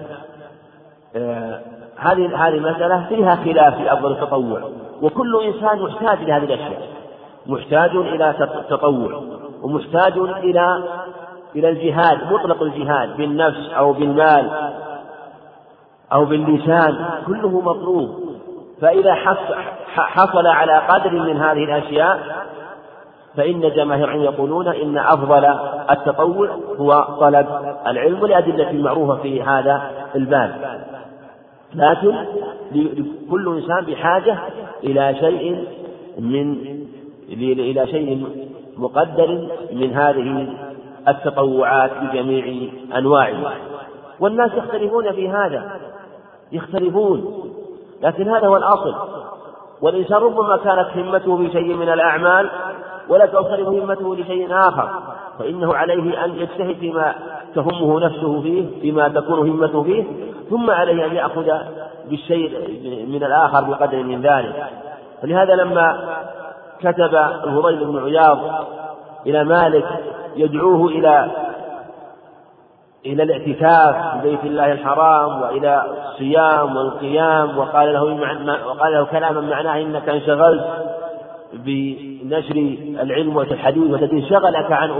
هذه المسألة فيها خلاف في أفضل التطوع، وكل إنسان محتاج لهذه الأشياء، محتاج إلى التطوع ومحتاج إلى الجهاد، مطلق الجهاد بالنفس أو بالمال أو باللسان كله مطلوب. فإذا حصل على قدر من هذه الأشياء فإن جماهير يقولون إن أفضل التطوع هو طلب العلم، لأدلة معروفة في هذا الباب. لكن كل إنسان بحاجة إلى شيء مقدر من هذه التطوعات بجميع أنواعها. والناس يختلفون في هذا، يختلفون، لكن هذا هو الأصل. والإنسان ربما كانت همته بشيء من الأعمال ولا تختلف همته لشيء آخر، فإنه عليه أن يجتهد فيما تهمه نفسه فيه، فيما تكون همته فيه، ثم عليه أن يأخذ بالشيء من الآخر بقدر من ذلك. فلهذا لما كتب الفضيل بن عياض إلى مالك يدعوه إلى الاعتكاف في بيت الله الحرام وإلى الصيام والقيام، وقال له كلاما معناه إنك انشغلت بنشر العلم والحديث والدين، شغلك عن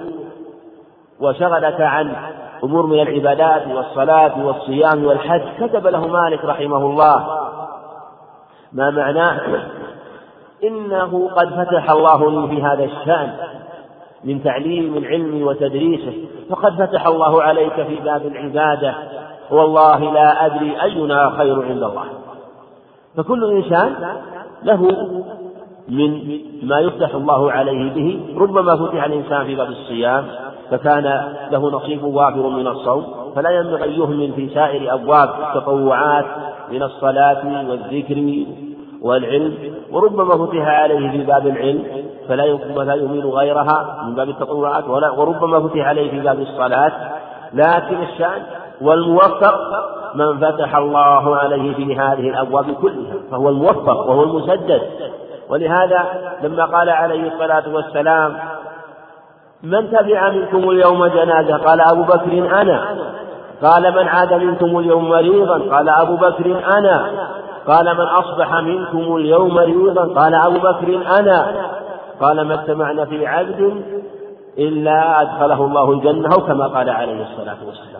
أمور من العبادات والصلاة والصيام والحج. كتب له مالك رحمه الله ما معناه إنه قد فتح الله لي في هذا الشأن من تعليم العلم وتدريسه، فقد فتح الله عليك في باب العبادة، والله لا أدري أينا خير عند الله. فكل إنسان له من ما يفتح الله عليه به. ربما فتح الإنسان في باب الصيام فكان له نصيب وافر من الصوم، فلا ينبغي أن يهمل في سائر أبواب التطوعات من الصلاة والذكر والعلم. وربما فتح عليه في باب العلم فلا يهمل غيرها من باب التطوعات، وربما فتح عليه في باب الصلاة. لكن الشأن والموفق من فتح الله عليه في هذه الأبواب كلها، فهو الموفق وهو المسدد. ولهذا لما قال عليه الصلاة والسلام من تبع منكم اليوم جنازة قال أبو بكر أنا، قال من عاد منكم اليوم مريضا قال أبو بكر أنا، قال من أصبح منكم اليوم مريضا قال أبو بكر أنا، قال ما اجتمعنا في عبد إلا أدخله الله الجنة، أو كما قال عليه الصلاة والسلام.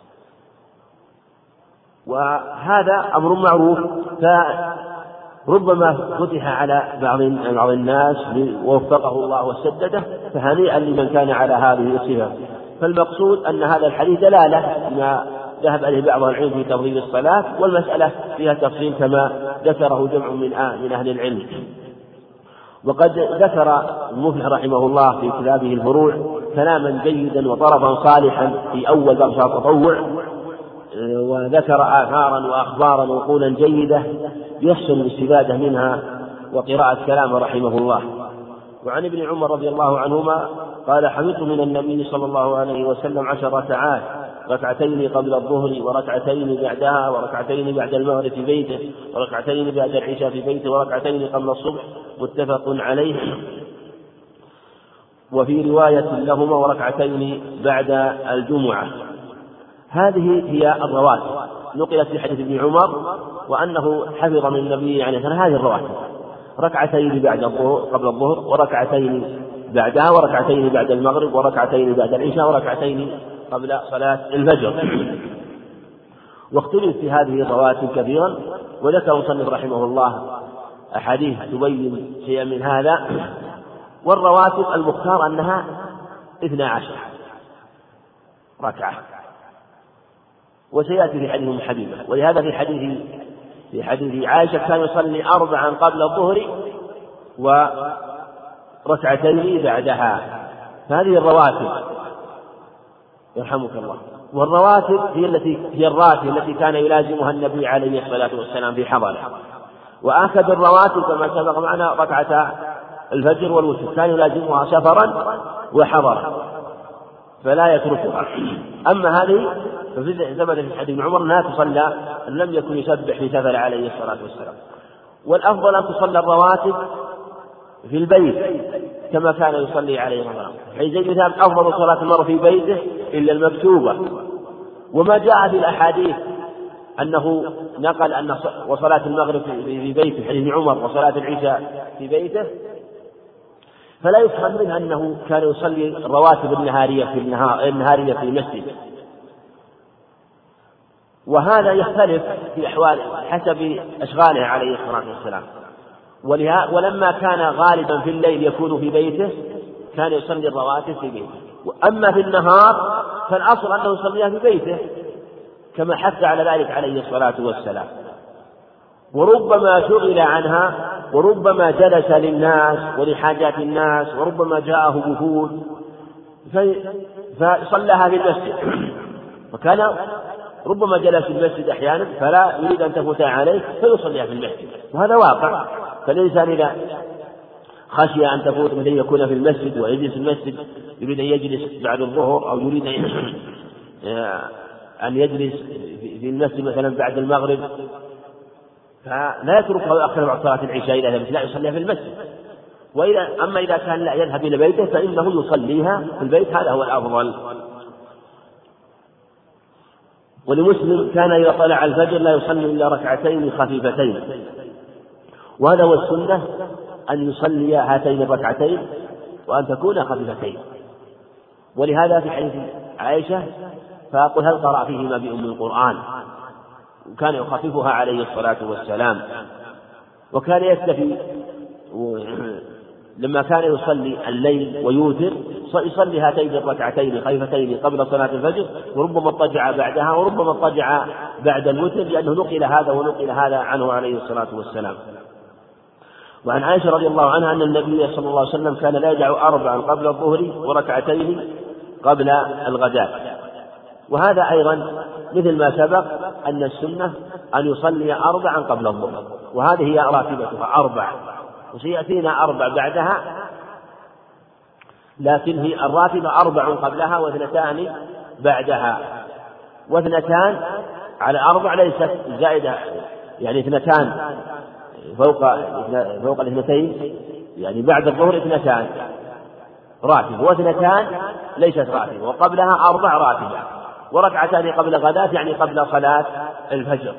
وهذا أمر معروف، فربما فتح على بعض الناس ووفقه الله وسدده، فهنيئا لمن كان على هذه الصفة. فالمقصود أن هذا الحديث دلالة ما ذهب عليه بعض العلم في تفضيل الصلاة، والمسألة فيها تفصيل كما ذكره جمع من أهل العلم. وقد ذكر المفلح رحمه الله في كتابه الفروع كلاما جيدا وطرفا صالحا في أول درس التطوع، وذكر آثارا وأخبارا وقولا جيدة يحسن الاستفادة منها وقراءة كلامه رحمه الله. وعن ابن عمر رضي الله عنهما قال: حفظت من النبي صلى الله عليه وسلم 10 ركعات، ركعتين قبل الظهر وركعتين بعدها وركعتين بعد المغرب في بيته وركعتين بعد العشاء في بيته وركعتين قبل الصبح، متفق عليه. وفي رواية لهما وركعتين بعد الجمعة. هذه هي الرواتب نقلت في حديث ابن عمر، وأنه حفظ من النبي عليه الصلاة والسلام هذه الرواتب: ركعتين بعد الظهر قبل الظهر وركعتين بعدها وركعتين بعد المغرب وركعتين بعد العشاء وركعتين قبل صلاة الفجر. واختلف في هذه الرواتب كثيرا، وذكر المصنف رحمه الله أحاديث تبين شيئا من هذا. والرواتب المختار أنها 12 ركعة، وسيأتي في حديث أم حبيبة. ولهذا في حديث عائشة كان يصلي 4 قبل الظهر وركعتين بعدها. فهذه الرواتب يرحمك الله. والرواتب هي الراتب التي كان يلازمها النبي عليه الصلاة والسلام في حضره. وآخذ الرواتب كما سبق معنا ركعة الفجر والوتر كان يلازمها سفرا وحضرا فلا يتركها. أما هذه فثبت في حديث عمر أنها تصلى أن لم يكن يسبح في سفر عليه الصلاة والسلام. والأفضل أن تصلى الرواتب في البيت كما كان يصلي عليه الصلاة والسلام، حيث مثال أفضل صلاة المرء في بيته إلا المكتوبة. وما جاء في الأحاديث أنه نقل أن وصلاة المغرب في بيته حديث عمر وصلاة العشاء في بيته، فلا يفهم منها أنه كان يصلي الرواتب النهارية في المسجد. وهذا يختلف في أحوال حسب أشغاله عليه الصلاة والسلام. ولما كان غالبا في الليل يكون في بيته كان يصلي الرواتب في بيته. وأما في النهار فالأصل أنه يصليها في بيته كما حث على ذلك عليه الصلاة والسلام. وربما شغل عنها وربما جلس للناس ولحاجات الناس وربما جاءه وفود فصلىها في المسجد، وكان ربما جلس في المسجد أحيانا فلا يريد أن تفوت عليه فيصليها في المسجد، وهذا واقع. فالإنسان إذا خشي أن تفوت مثل يكون في المسجد ويجلس في المسجد يريد أن يجلس بعد الظهر أو يريد أن يجلس في المسجد مثلا بعد المغرب فلا يتركها ويأخر بعد صلاة العشاء إلى لا يصليها في المسجد. أما إذا كان لا يذهب إلى بيته فإنه يصليها في البيت، هذا هو الأفضل. ولمسلم كان إذا طلع الفجر لا يصلي إلا ركعتين خفيفتين، وهذا هو السنة أن يصلي هاتين الركعتين وأن تكون خفيفتين. ولهذا في حديث عائشة فأقول: هل قرأ فيهما بأم القرآن؟ وكان يخففها عليه الصلاة والسلام. وكان يكتفي لما كان يصلي الليل ويوتر يصلي هاتين الركعتين خفيفتين قبل صلاة الفجر، وربما اضطجع بعدها وربما اضطجع بعد الوتر، لأنه نقل هذا ونقل هذا عنه عليه الصلاة والسلام. وعن عائشة رضي الله عنها أن النبي صلى الله عليه وسلم كان لا يدع 4 قبل الظهر وركعتين قبل الغداء. وهذا أيضا مثل ما سبق أن السنة أن يصلي 4 قبل الظهر، وهذه هي راتبتها 4، وسيأتينا 4 بعدها، لكن هي الراتبة 4 قبلها و2 بعدها، و2 على 4 ليست زائدة، يعني 2 فوق 2 يعني بعد الظهر 2 راتبة، و2 ليست راتبة، وقبلها 4 راتبة، وركعتان قبل غداة يعني قبل صلاة الفجر.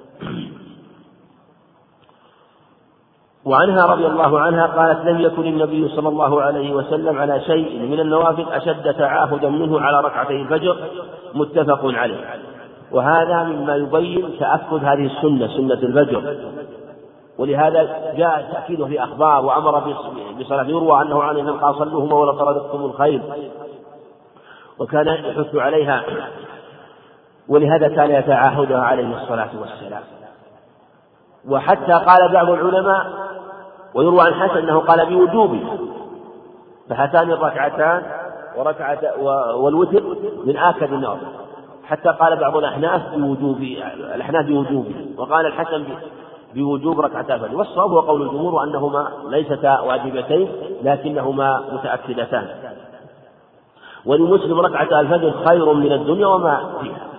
وعنها رضي الله عنها قالت: لم يكن النبي صلى الله عليه وسلم على شيء من النوافل أشد تعاهدا منه على ركعتي الفجر، متفق عليه. وهذا مما يبين تأكد هذه السنة، سنة الفجر. ولهذا جاء تأكيده في أخبار وأمر بصلاة، يروى أنه عليه أن قال: صلوهما ولا طردتم الخيل، وكان يحث عليها، ولهذا كان يتعاهدها عليه الصلاة والسلام. وحتى قال بعض العلماء ويروى عن حسن أنه قال بوجوبها، فهاتان الركعتان والوتر من آكد النوافل، حتى قال بعض الأحناف بوجوبه، وقال الحسن بوجوب ركعتا الفجر. والصواب هو قول الجمهور أنهما ليستا واجبتين لكنهما متأكدتان. ولمسلم ركعتا الفجر خير من الدنيا وما فيها.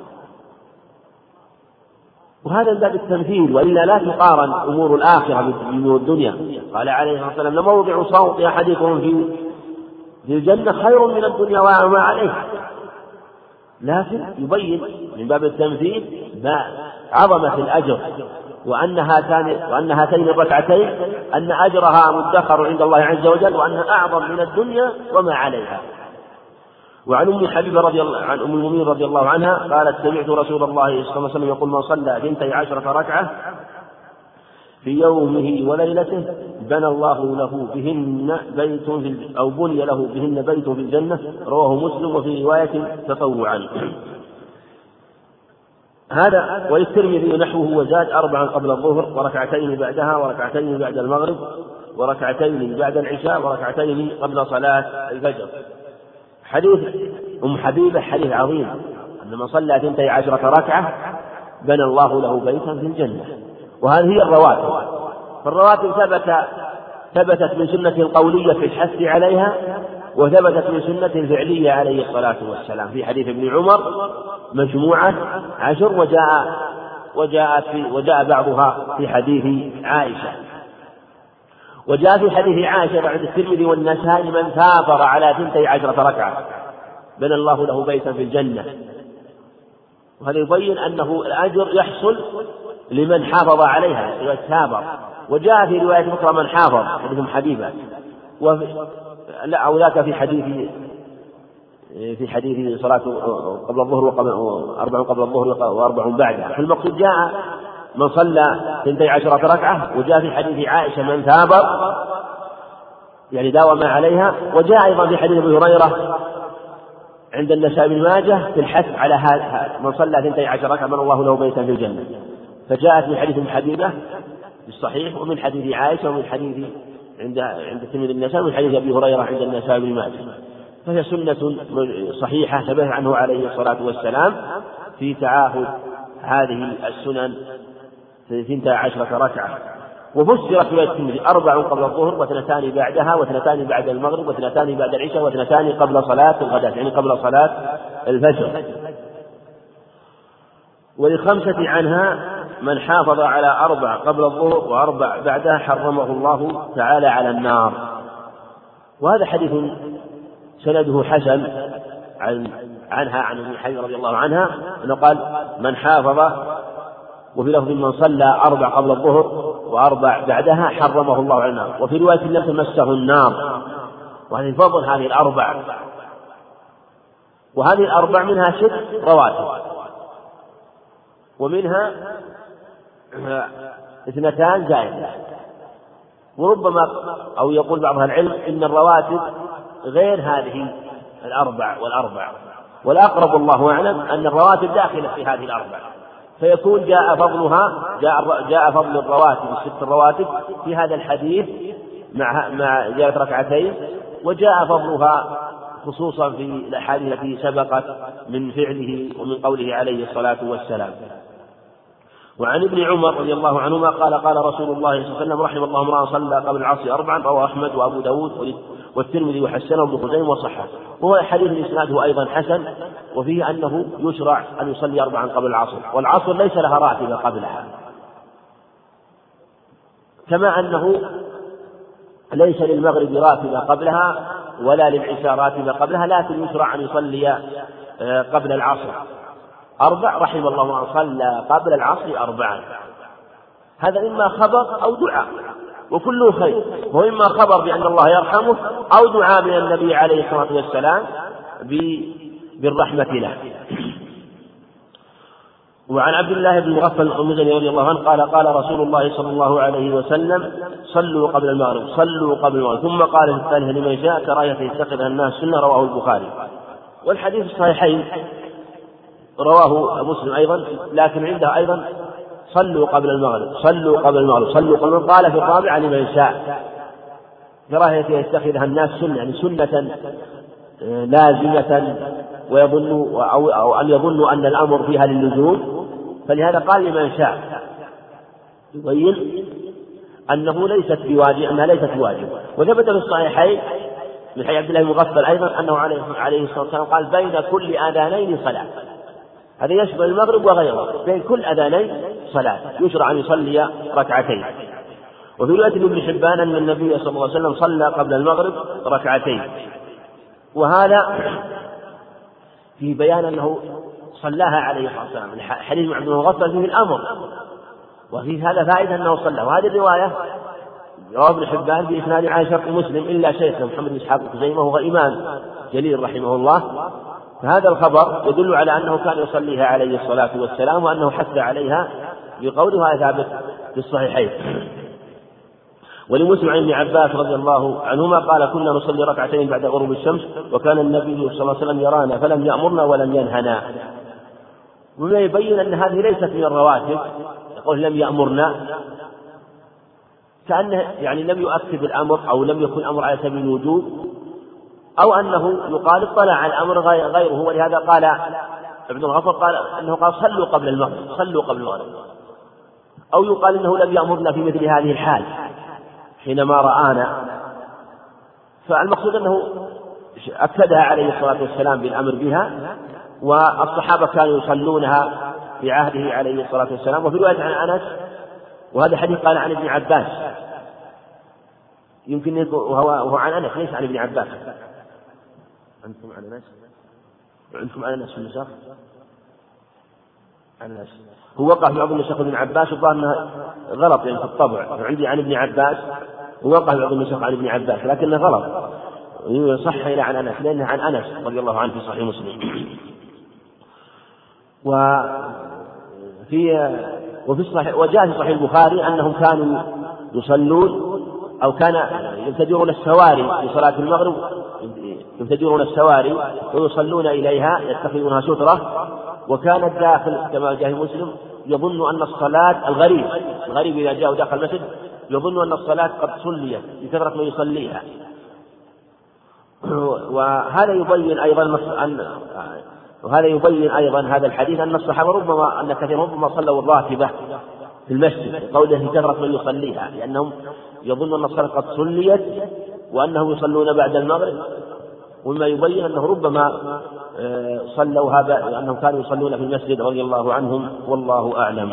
وهذا من باب التمثيل، وإلا لا تقارن أمور الآخرة بأمور الدنيا. قال عليه الصلاة والسلام: لموضع صوت أحدكم في الجنة خير من الدنيا وما عليها. لكن يبين من باب التمثيل عظمة الأجر، وأن هاتين الركعتين أن أجرها مدخر عند الله عز وجل، وأنها أعظم من الدنيا وما عليها. وعن أم حبيبة عن أم المؤمنين رضي الله عنها قالت: سمعت رسول الله صلى الله عليه وسلم يقول: من صلى 12 ركعة في يومه وليلته بنى له بهن بيت في الجنة. رواه مسلم، وفي رواية تطوعا. هذا. وللترمذي نحوه وزاد 4 قبل الظهر، وركعتين بعدها، وركعتين بعد المغرب، وركعتين بعد العشاء، وركعتين قبل صلاة الفجر. حديث أم حبيبة حديث عظيم، أن من صلى 12 ركعة بنى الله له بيتا في الجنة. وهذه هي الرواتب. فالرواتب ثبتت من سنة قولية في الحث عليها، وثبتت من سنة فعلية عليه الصلاة والسلام. في حديث ابن عمر مجموعة 10، وجاء بعضها في حديث عائشة. وجاء في حديث عائشة عند الترمذي والنسائي: من ثابر على 12 ركعة بنى الله له بيتا في الجنة. وهذا يبين أنه الأجر يحصل لمن حافظ عليها وثابر. وجاء في رواية أخرى: من حافظ، حديث حبيبة، أو ذاك في حديث صلاة قبل الظهر 4 قبل الظهر و4 بعدها. فالمقصود جاء من صلى 12 ركعة، وجاء في حديث عائشة: من ثابر، يعني داوم عليها. وجاء أيضا في حديث أبي هريرة عند النسائي بن ماجه في الحث على هذا: من صلى 12 ركعة بنى الله له بيتا في الجنة. فجاءت من حديث حبيبة في الصحيح، ومن حديث عائشة، ومن حديث عند الترمذي النسائي، ومن حديث أبي هريرة عند النسائي بن ماجه. فهي سنة صحيحة ثبت عنه عليه الصلاة والسلام في تعاهد هذه السنن في 12 ركعة. وفسرت رواية الترمذي 4 قبل الظهر، و2 بعدها، و2 بعد المغرب، و2 بعد العشاء، و2 قبل صلاة الغداة، يعني قبل صلاة الفجر. وللخمسة عنها: من حافظ على 4 قبل الظهر و4 بعدها حرمه الله تعالى على النار. وهذا حديث سنده حسن عنها عن ابن حبيبة رضي الله عنها أنه قال: من حافظ، وفي لفظ: من صلى 4 قبل الظهر و4 بعدها حرمه الله على النار. وفي رواية: لم تمسه النار. وهذه فضل هذه 4. وهذه 4 منها 6 رواتب، ومنها 2 زائدة. وربما أو يقول بعض العلم إن الرواتب غير هذه 4 والأربع، والأقرب الله أعلم أن الرواتب داخلة في هذه 4. فيكون جاء فضل الرواتب 6 الرواتب في هذا الحديث مع زيادة 2، وجاء فضلها خصوصا في الأحاديث التي سبقت من فعله ومن قوله عليه الصلاة والسلام. وعن ابن عمر رضي الله عنهما قال: قال رسول الله صلى الله عليه وسلم: رحم الله امرأ صلى قبل العصر 4. رواه أحمد وأبو داود والترمذي وحسنه ابن خزيمة وصححه. وهو حديث إسناده أيضا حسن، وفيه أنه يشرع أن يصلي 4 قبل العصر، والعصر ليس لها راتبة قبلها، كما أنه ليس للمغرب راتبة قبلها ولا للعشاء راتبة قبلها، لكن يشرع أن يصلي قبل العصر 4. رحم الله من صلى قبل العصر 4. هذا إما خبر أو دعاء، وكله خير. وإما خبر بأن الله يرحمه، أو دعاء من النبي عليه الصلاة والسلام بالرحمة له. وعن عبد الله بن مغفل المزني رضي الله عنه قال: قال رسول الله صلى الله عليه وسلم: صلوا قبل المغرب، صلوا قبل المغرب. ثم قال في الثالثة: لمن شاء كراهية يتخذ الناس سنة. رواه البخاري. والحديث الصحيحين رواه مسلم أيضا، لكن عنده أيضا: صلوا قبل المغرب، صلوا قبل المغرب، صلوا قبل المغرب. قال في الرابع: لمن شاء كراهية يتخذها الناس سنة، يعني سنة لازمة ويظن أو أن يظنوا أن الأمر فيها للزوم، فلهذا قال لمن شاء، يبين أنه ليست بواجب، أنها ليست بواجب. وثبت في الصحيحين من حديث عبد الله بن مغفل أيضا أنه عليه الصلاة والسلام قال بين كل أذانين صلاة، هذا يشمل المغرب وغيره، بين كل أذانين صلاة يشرع أن يصلي ركعتين. وفي رواية ابن حبان أن النبي صلى الله عليه وسلم صلى قبل المغرب ركعتين، وهذا في بيان أنه صلاها عليه الصلاة والسلام. حديث عبد الله مغفل فيه الأمر، وفي هذا فائدة أنه صلى. وهذه الرواية رواه ابن حبان بإسناد على شرط مسلم إلا شيخ محمد بن إسحاق الخزيمة وهو إمام جليل رحمه الله، فهذا الخبر يدل على أنه كان يصليها عليه الصلاة والسلام وأنه حث عليها بقوله، هذا ثابت في الصحيحين. ولمسلم عن ابن عباس رضي الله عنهما قال كنا نصلي ركعتين بعد غروب الشمس وكان النبي صلى الله عليه وسلم يرانا فلم يأمرنا ولم ينهنا. وما يبين أن هذه ليست من الرواتب، يقول لم يأمرنا كأنه يعني لم يؤكد الأمر أو لم يكن الأمر على سبيل الوجوب، أو أنه يقال اطلع على الأمر غيره. ولهذا قال ابن الغفر قال أنه قال صلوا قبل المغرب، صلوا قبل المغرب. أو يقال إنه لم يأمرنا في مثل هذه الحال حينما رآنا. فالمقصود أنه أكدها عليه الصلاة والسلام بالأمر بها، والصحابة كانوا يصلونها في عهده عليه الصلاة والسلام. وفي رواية عن أنس، وهذا حديث قال عن ابن عباس، يمكن وهو عن أنس ليس عن ابن عباس. أنتم عن أنس؟ عندكم عن أنس في النسخ؟ عن أنس هو وقع في بعض النسخ ابن عباس، وقال أنه غلط يعني في الطبع، عندي عن ابن عباس، ووقع في بعض النسخ عن ابن عباس لكنه غلط، صح إلى عن أنس لأنه عن أنس رضي الله عنه في صحيح مسلم. وفي الصحيح وجاء في صحيح البخاري أنهم كانوا يصلون أو كان يبتدرون السواري في صلاة المغرب، يبتدرون السواري ويصلون إليها يتخذونها سترة. وكان الداخل كما جاء في مسلم يظن أن الصلاة الغريب إذا جاء داخل المسجد يظن أن الصلاة قد صليت لكثرة ما يصليها. وهذا يبين أيضا هذا الحديث أن الصحابة أن كثيرا ربما صلوا الراتبة في المسجد قوله كثرة من يصليها، لأنهم يظنون أن الصلاة قد صليت وأنهم يصلون بعد المغرب. وما يبين أنه ربما صلوا هذا أنهم كانوا يصلون في المسجد رضي الله عنهم، والله أعلم.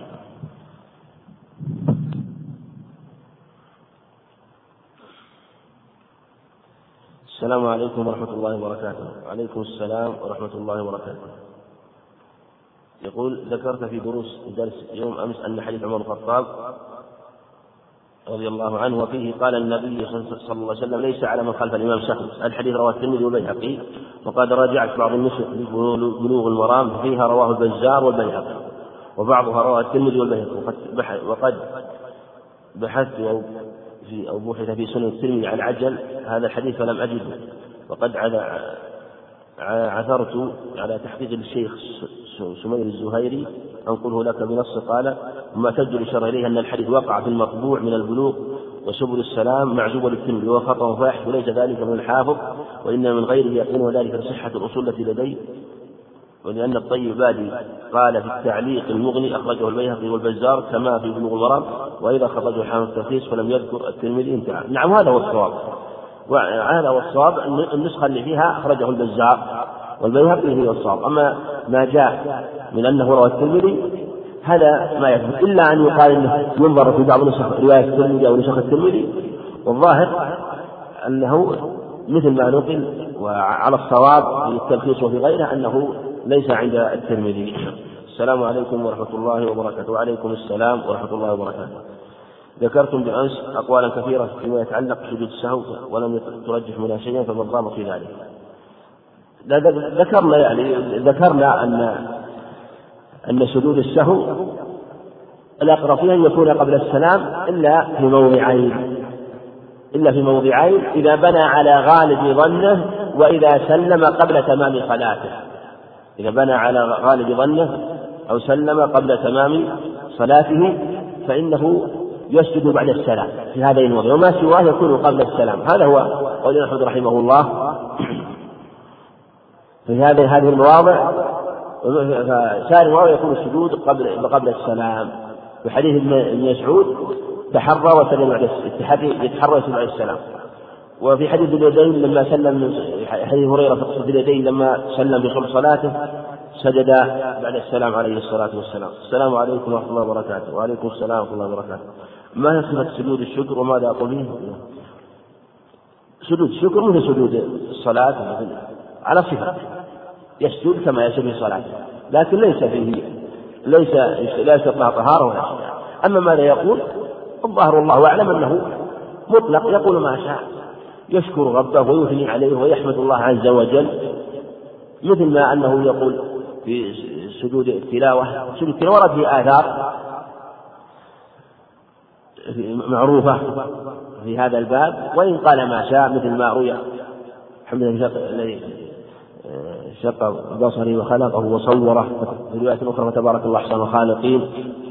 السلام عليكم ورحمة الله وبركاته. وعليكم السلام ورحمة الله وبركاته. يقول ذكرت في درس يوم أمس أن حديث عمر بن الخطاب رضي الله عنه وفيه قال النبي صلى الله عليه وسلم ليس على من خلف الإمام شخص. الحديث رواه الترمذي والبيهقي، وقد راجعت بعض النسخ بلوغ المرام فيها رواه البزار والبيهقي، وبعضها رواه الترمذي والبيهقي. وقد بحثت أو بحث في سنن الترمذي عن عجل هذا الحديث فلم أجده، وقد عثرت على تحقيق الشيخ سمير الزهيري أنقله لك بنص قال وما تجد الإشارة إليه أن الحديث وقع في المطبوع من البلوغ وسبل السلام معزوب للترمذي وهو خطأ فاحش وليس ذلك من الحافظ وإنما من غيره يقين ذلك لصحة الأصول التي لديه. ولأن الطيبادي قال في التعليق المغني أخرجه البيهقي والبزار كما في بلوغ المرام، وإذا خرجه حامد التلخيص فلم يذكر الترمذي انتهى. نعم هذا هو الصواب، وهذا هو الصواب. النسخة اللي فيها أخرجه البزار والبيهقي هي الصواب. أما ما جاء من أنه رواه الترمذي هذا ما يثبت، إلا أن يقال أنه ينظر في بعض نسخ رواية الترمذي أو نسخ الترمذي، والظاهر أنه مثل ما نقل وعلى الصواب في التلخيص وفي غيره أنه ليس عند الترمذي. السلام عليكم ورحمة الله وبركاته. وعليكم السلام ورحمة الله وبركاته. ذكرتم بالأمس أقوالا كثيرة فيما يتعلق بسجود السهو ولم ترجح منها شيئا، فما الضابط في ذلك؟ ذكرنا أن سجود السهو الأقرب فيه أن يكون قبل السلام إلا في موضعين إذا بنى على غالب ظنه وإذا سلم قبل تمام صلاته. إذا بنى على غالب ظنه أو سلم قبل تمام صلاته فإنه يسجد بعد السلام في هذين الموضعين، وما سواه يكون قبل السلام. هذا هو قول أحمد رحمه الله في هذه المواضع. فسائر المواضع يكون السجود قبل السلام. في حديث ابن مسعود تحرى وسلم بعد يتحرى وسلم بعد السلام. وفي حديث اليدين لما سلم، حديث هريرة في قصة اليدين لما سلم بصلب صلاته سجد بعد السلام عليه الصلاة والسلام. السلام عليكم ورحمة الله وبركاته. وعليكم السلام ورحمة الله وبركاته. ما هي صفة سجود الشكر وماذا أقول به؟ سجود الشكر مثل سجود الصلاة على صفة، يسجد كما يسجد في صلاته، لكن ليس مع طهارة ولا شيء. أما ماذا يقول الظاهر والله أعلم أنه مطلق، يقول ما شاء، يشكر ربه ويثني عليه ويحمد الله عز وجل، مثل ما أنه يقول في سجود التلاوة. سجود التلاوة ورد في آثار معروفة في هذا الباب، وإن قال ما شاء مثل ما روي محمد الذي شق بصري وخلقه وصوره في رواية أخرى فتبارك الله أحسن الخالقين.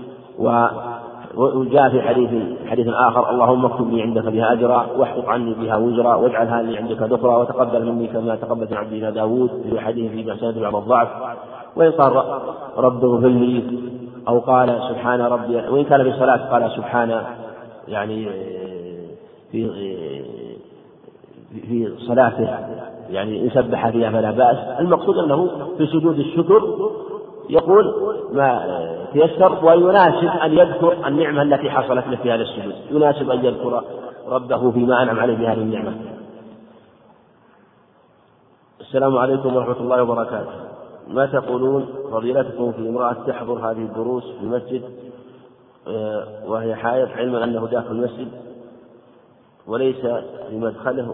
وجاء في حديث آخر اللهم اكتب لي عندك بها أجرا واحقق عني بها وزرا واجعلها لي عندك ذخرا وتقبل مني كما تقبلت عن عبدنا داود في حديث في مسألة بعض الضعف. وإن قال رب اغفر لي أو قال سبحان ربي، وإن كان في الصلاة قال سبحان يعني في صلاته يعني إن سبح فيها فلا بأس. المقصود أنه في سجود الشكر يقول ما تيسر، ويناسب أن يذكر النعمة التي حصلت له في هذا السجود، يناسب أن يذكر ربه فيما أنعم عليه بهذه النعمة. السلام عليكم ورحمة الله وبركاته. ما تقولون فضيلتكم في امرأة تحضر هذه الدروس في المسجد وهي حائض، علما أنه داخل المسجد وليس في مدخله،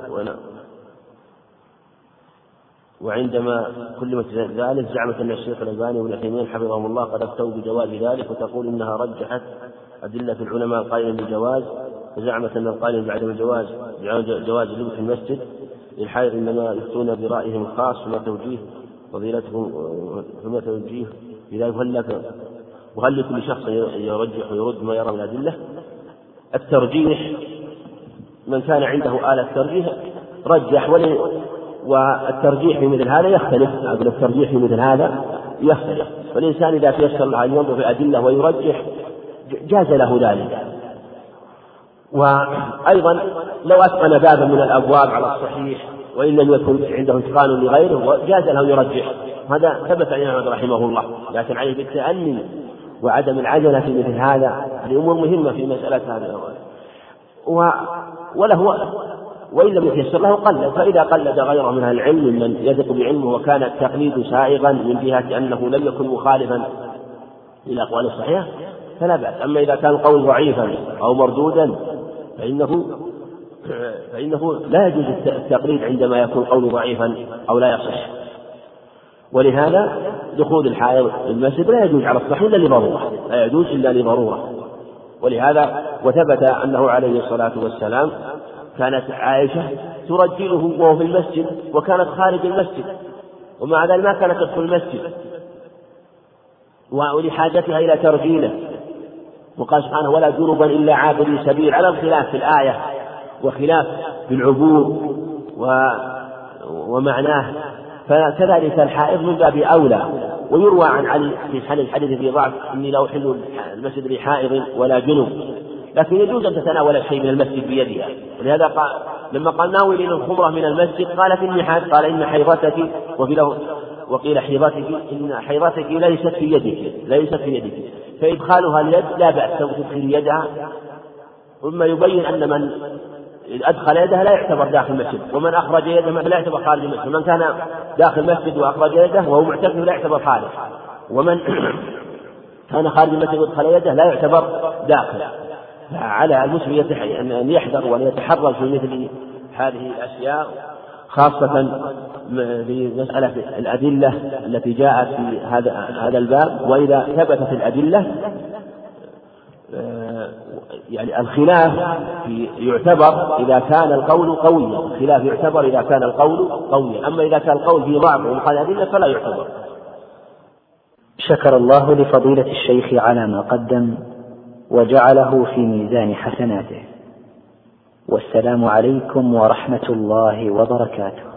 وعندما كلمت ذلك زعمت أن الشيخ الألباني وابن عثيمين حفظهم الله قد أفتوا بجواز ذلك، وتقول إنها رجحت أدلة العلماء القائلين بالجواز، وزعمت أن القائلين بعدم الجواز جواز لبس المسجد للحائض إنما يفتون برأيهم الخاص. فما توجيه فضيلتكم فما توجيه بذلك؟ وهل لكل شخص يرجح ويرد ما يرى من الأدلة؟ الترجيح من كان عنده آلة ترجيح رجح، والترجيح في مثل هذا يختلف. الترجيح في مثل هذا يختلف، والإنسان إذا تيسر له أن ينظر في أدلة ويرجح جاز له ذلك. وأيضا لو أتقن بابا من الأبواب على الصحيح وإن لم يكن عنده انتقال لغيره جاز له يرجح، هذا ثبت عن أحمد رحمه الله، لكن عليه بالتأني وعدم العجلة في مثل هذا. هذه أمور مهمة في مسألة هذا. وإن لم يتيسر له قلد، فإذا قلد غيره من العلم من يثق بعلمه وكان التقليد سائغا من جهة أنه لم يكن مخالفا للأقوال الصحيحة فلا بأس. أما إذا كان القول ضعيفا أو مردودا فإنه لا يجوز التقليد عندما يكون القول ضعيفا أو لا يصح. ولهذا دخول الحائض المسجد لا يجوز على الصحيح إلا لضرورة، لا يجوز إلا لضرورة. ولهذا وثبت أنه عليه الصلاة والسلام كانت عائشة ترجله وهو في المسجد وكانت خارج المسجد، ومع ذلك ما كانت تدخل المسجد ولحاجتها إلى ترجيله. وقال سبحانه ولا جنبا إلا عابري سبيل، على الخلاف في الآية وخلاف في العبور ومعناه. فكذلك الحائض من باب أولى. ويروى عن علي في الحديث في ضعف إني لا أحل المسجد لحائض ولا جنب، لكن يجوز أن تتناول الشيء من المسجد بيدها. ولهذا قال لما قال ناولين الخمرة من المسجد قالت إني حائض، قال إن حيضتك وقيل حيضتك إن حيضتك ليست في يدك فإدخالها اليد لا بأس تدخل يدها. ثم يبين أن من أدخل يده لا يعتبر داخل المسجد، ومن أخرج يده لا يعتبر خارج المسجد. من كان داخل المسجد وأخرج يده وهو معتكف لا يعتبر خارج، ومن كان خارج المسجد وأدخل يده لا يعتبر داخل. على المسلم أن يحذر وأن يتحرز في مثل هذه الأشياء، خاصة في مسألة الأدلة التي جاءت في هذا الباب. وإذا ثبتت الأدلة يعني الخلاف يعتبر إذا كان القول قويا، الخلاف يعتبر إذا كان القول قويا، أما إذا كان القول فيه ضعف ومخالف الأدلة فلا يعتبر. شكر الله لفضيلة الشيخ على ما قدم وجعله في ميزان حسناته. والسلام عليكم ورحمة الله وبركاته.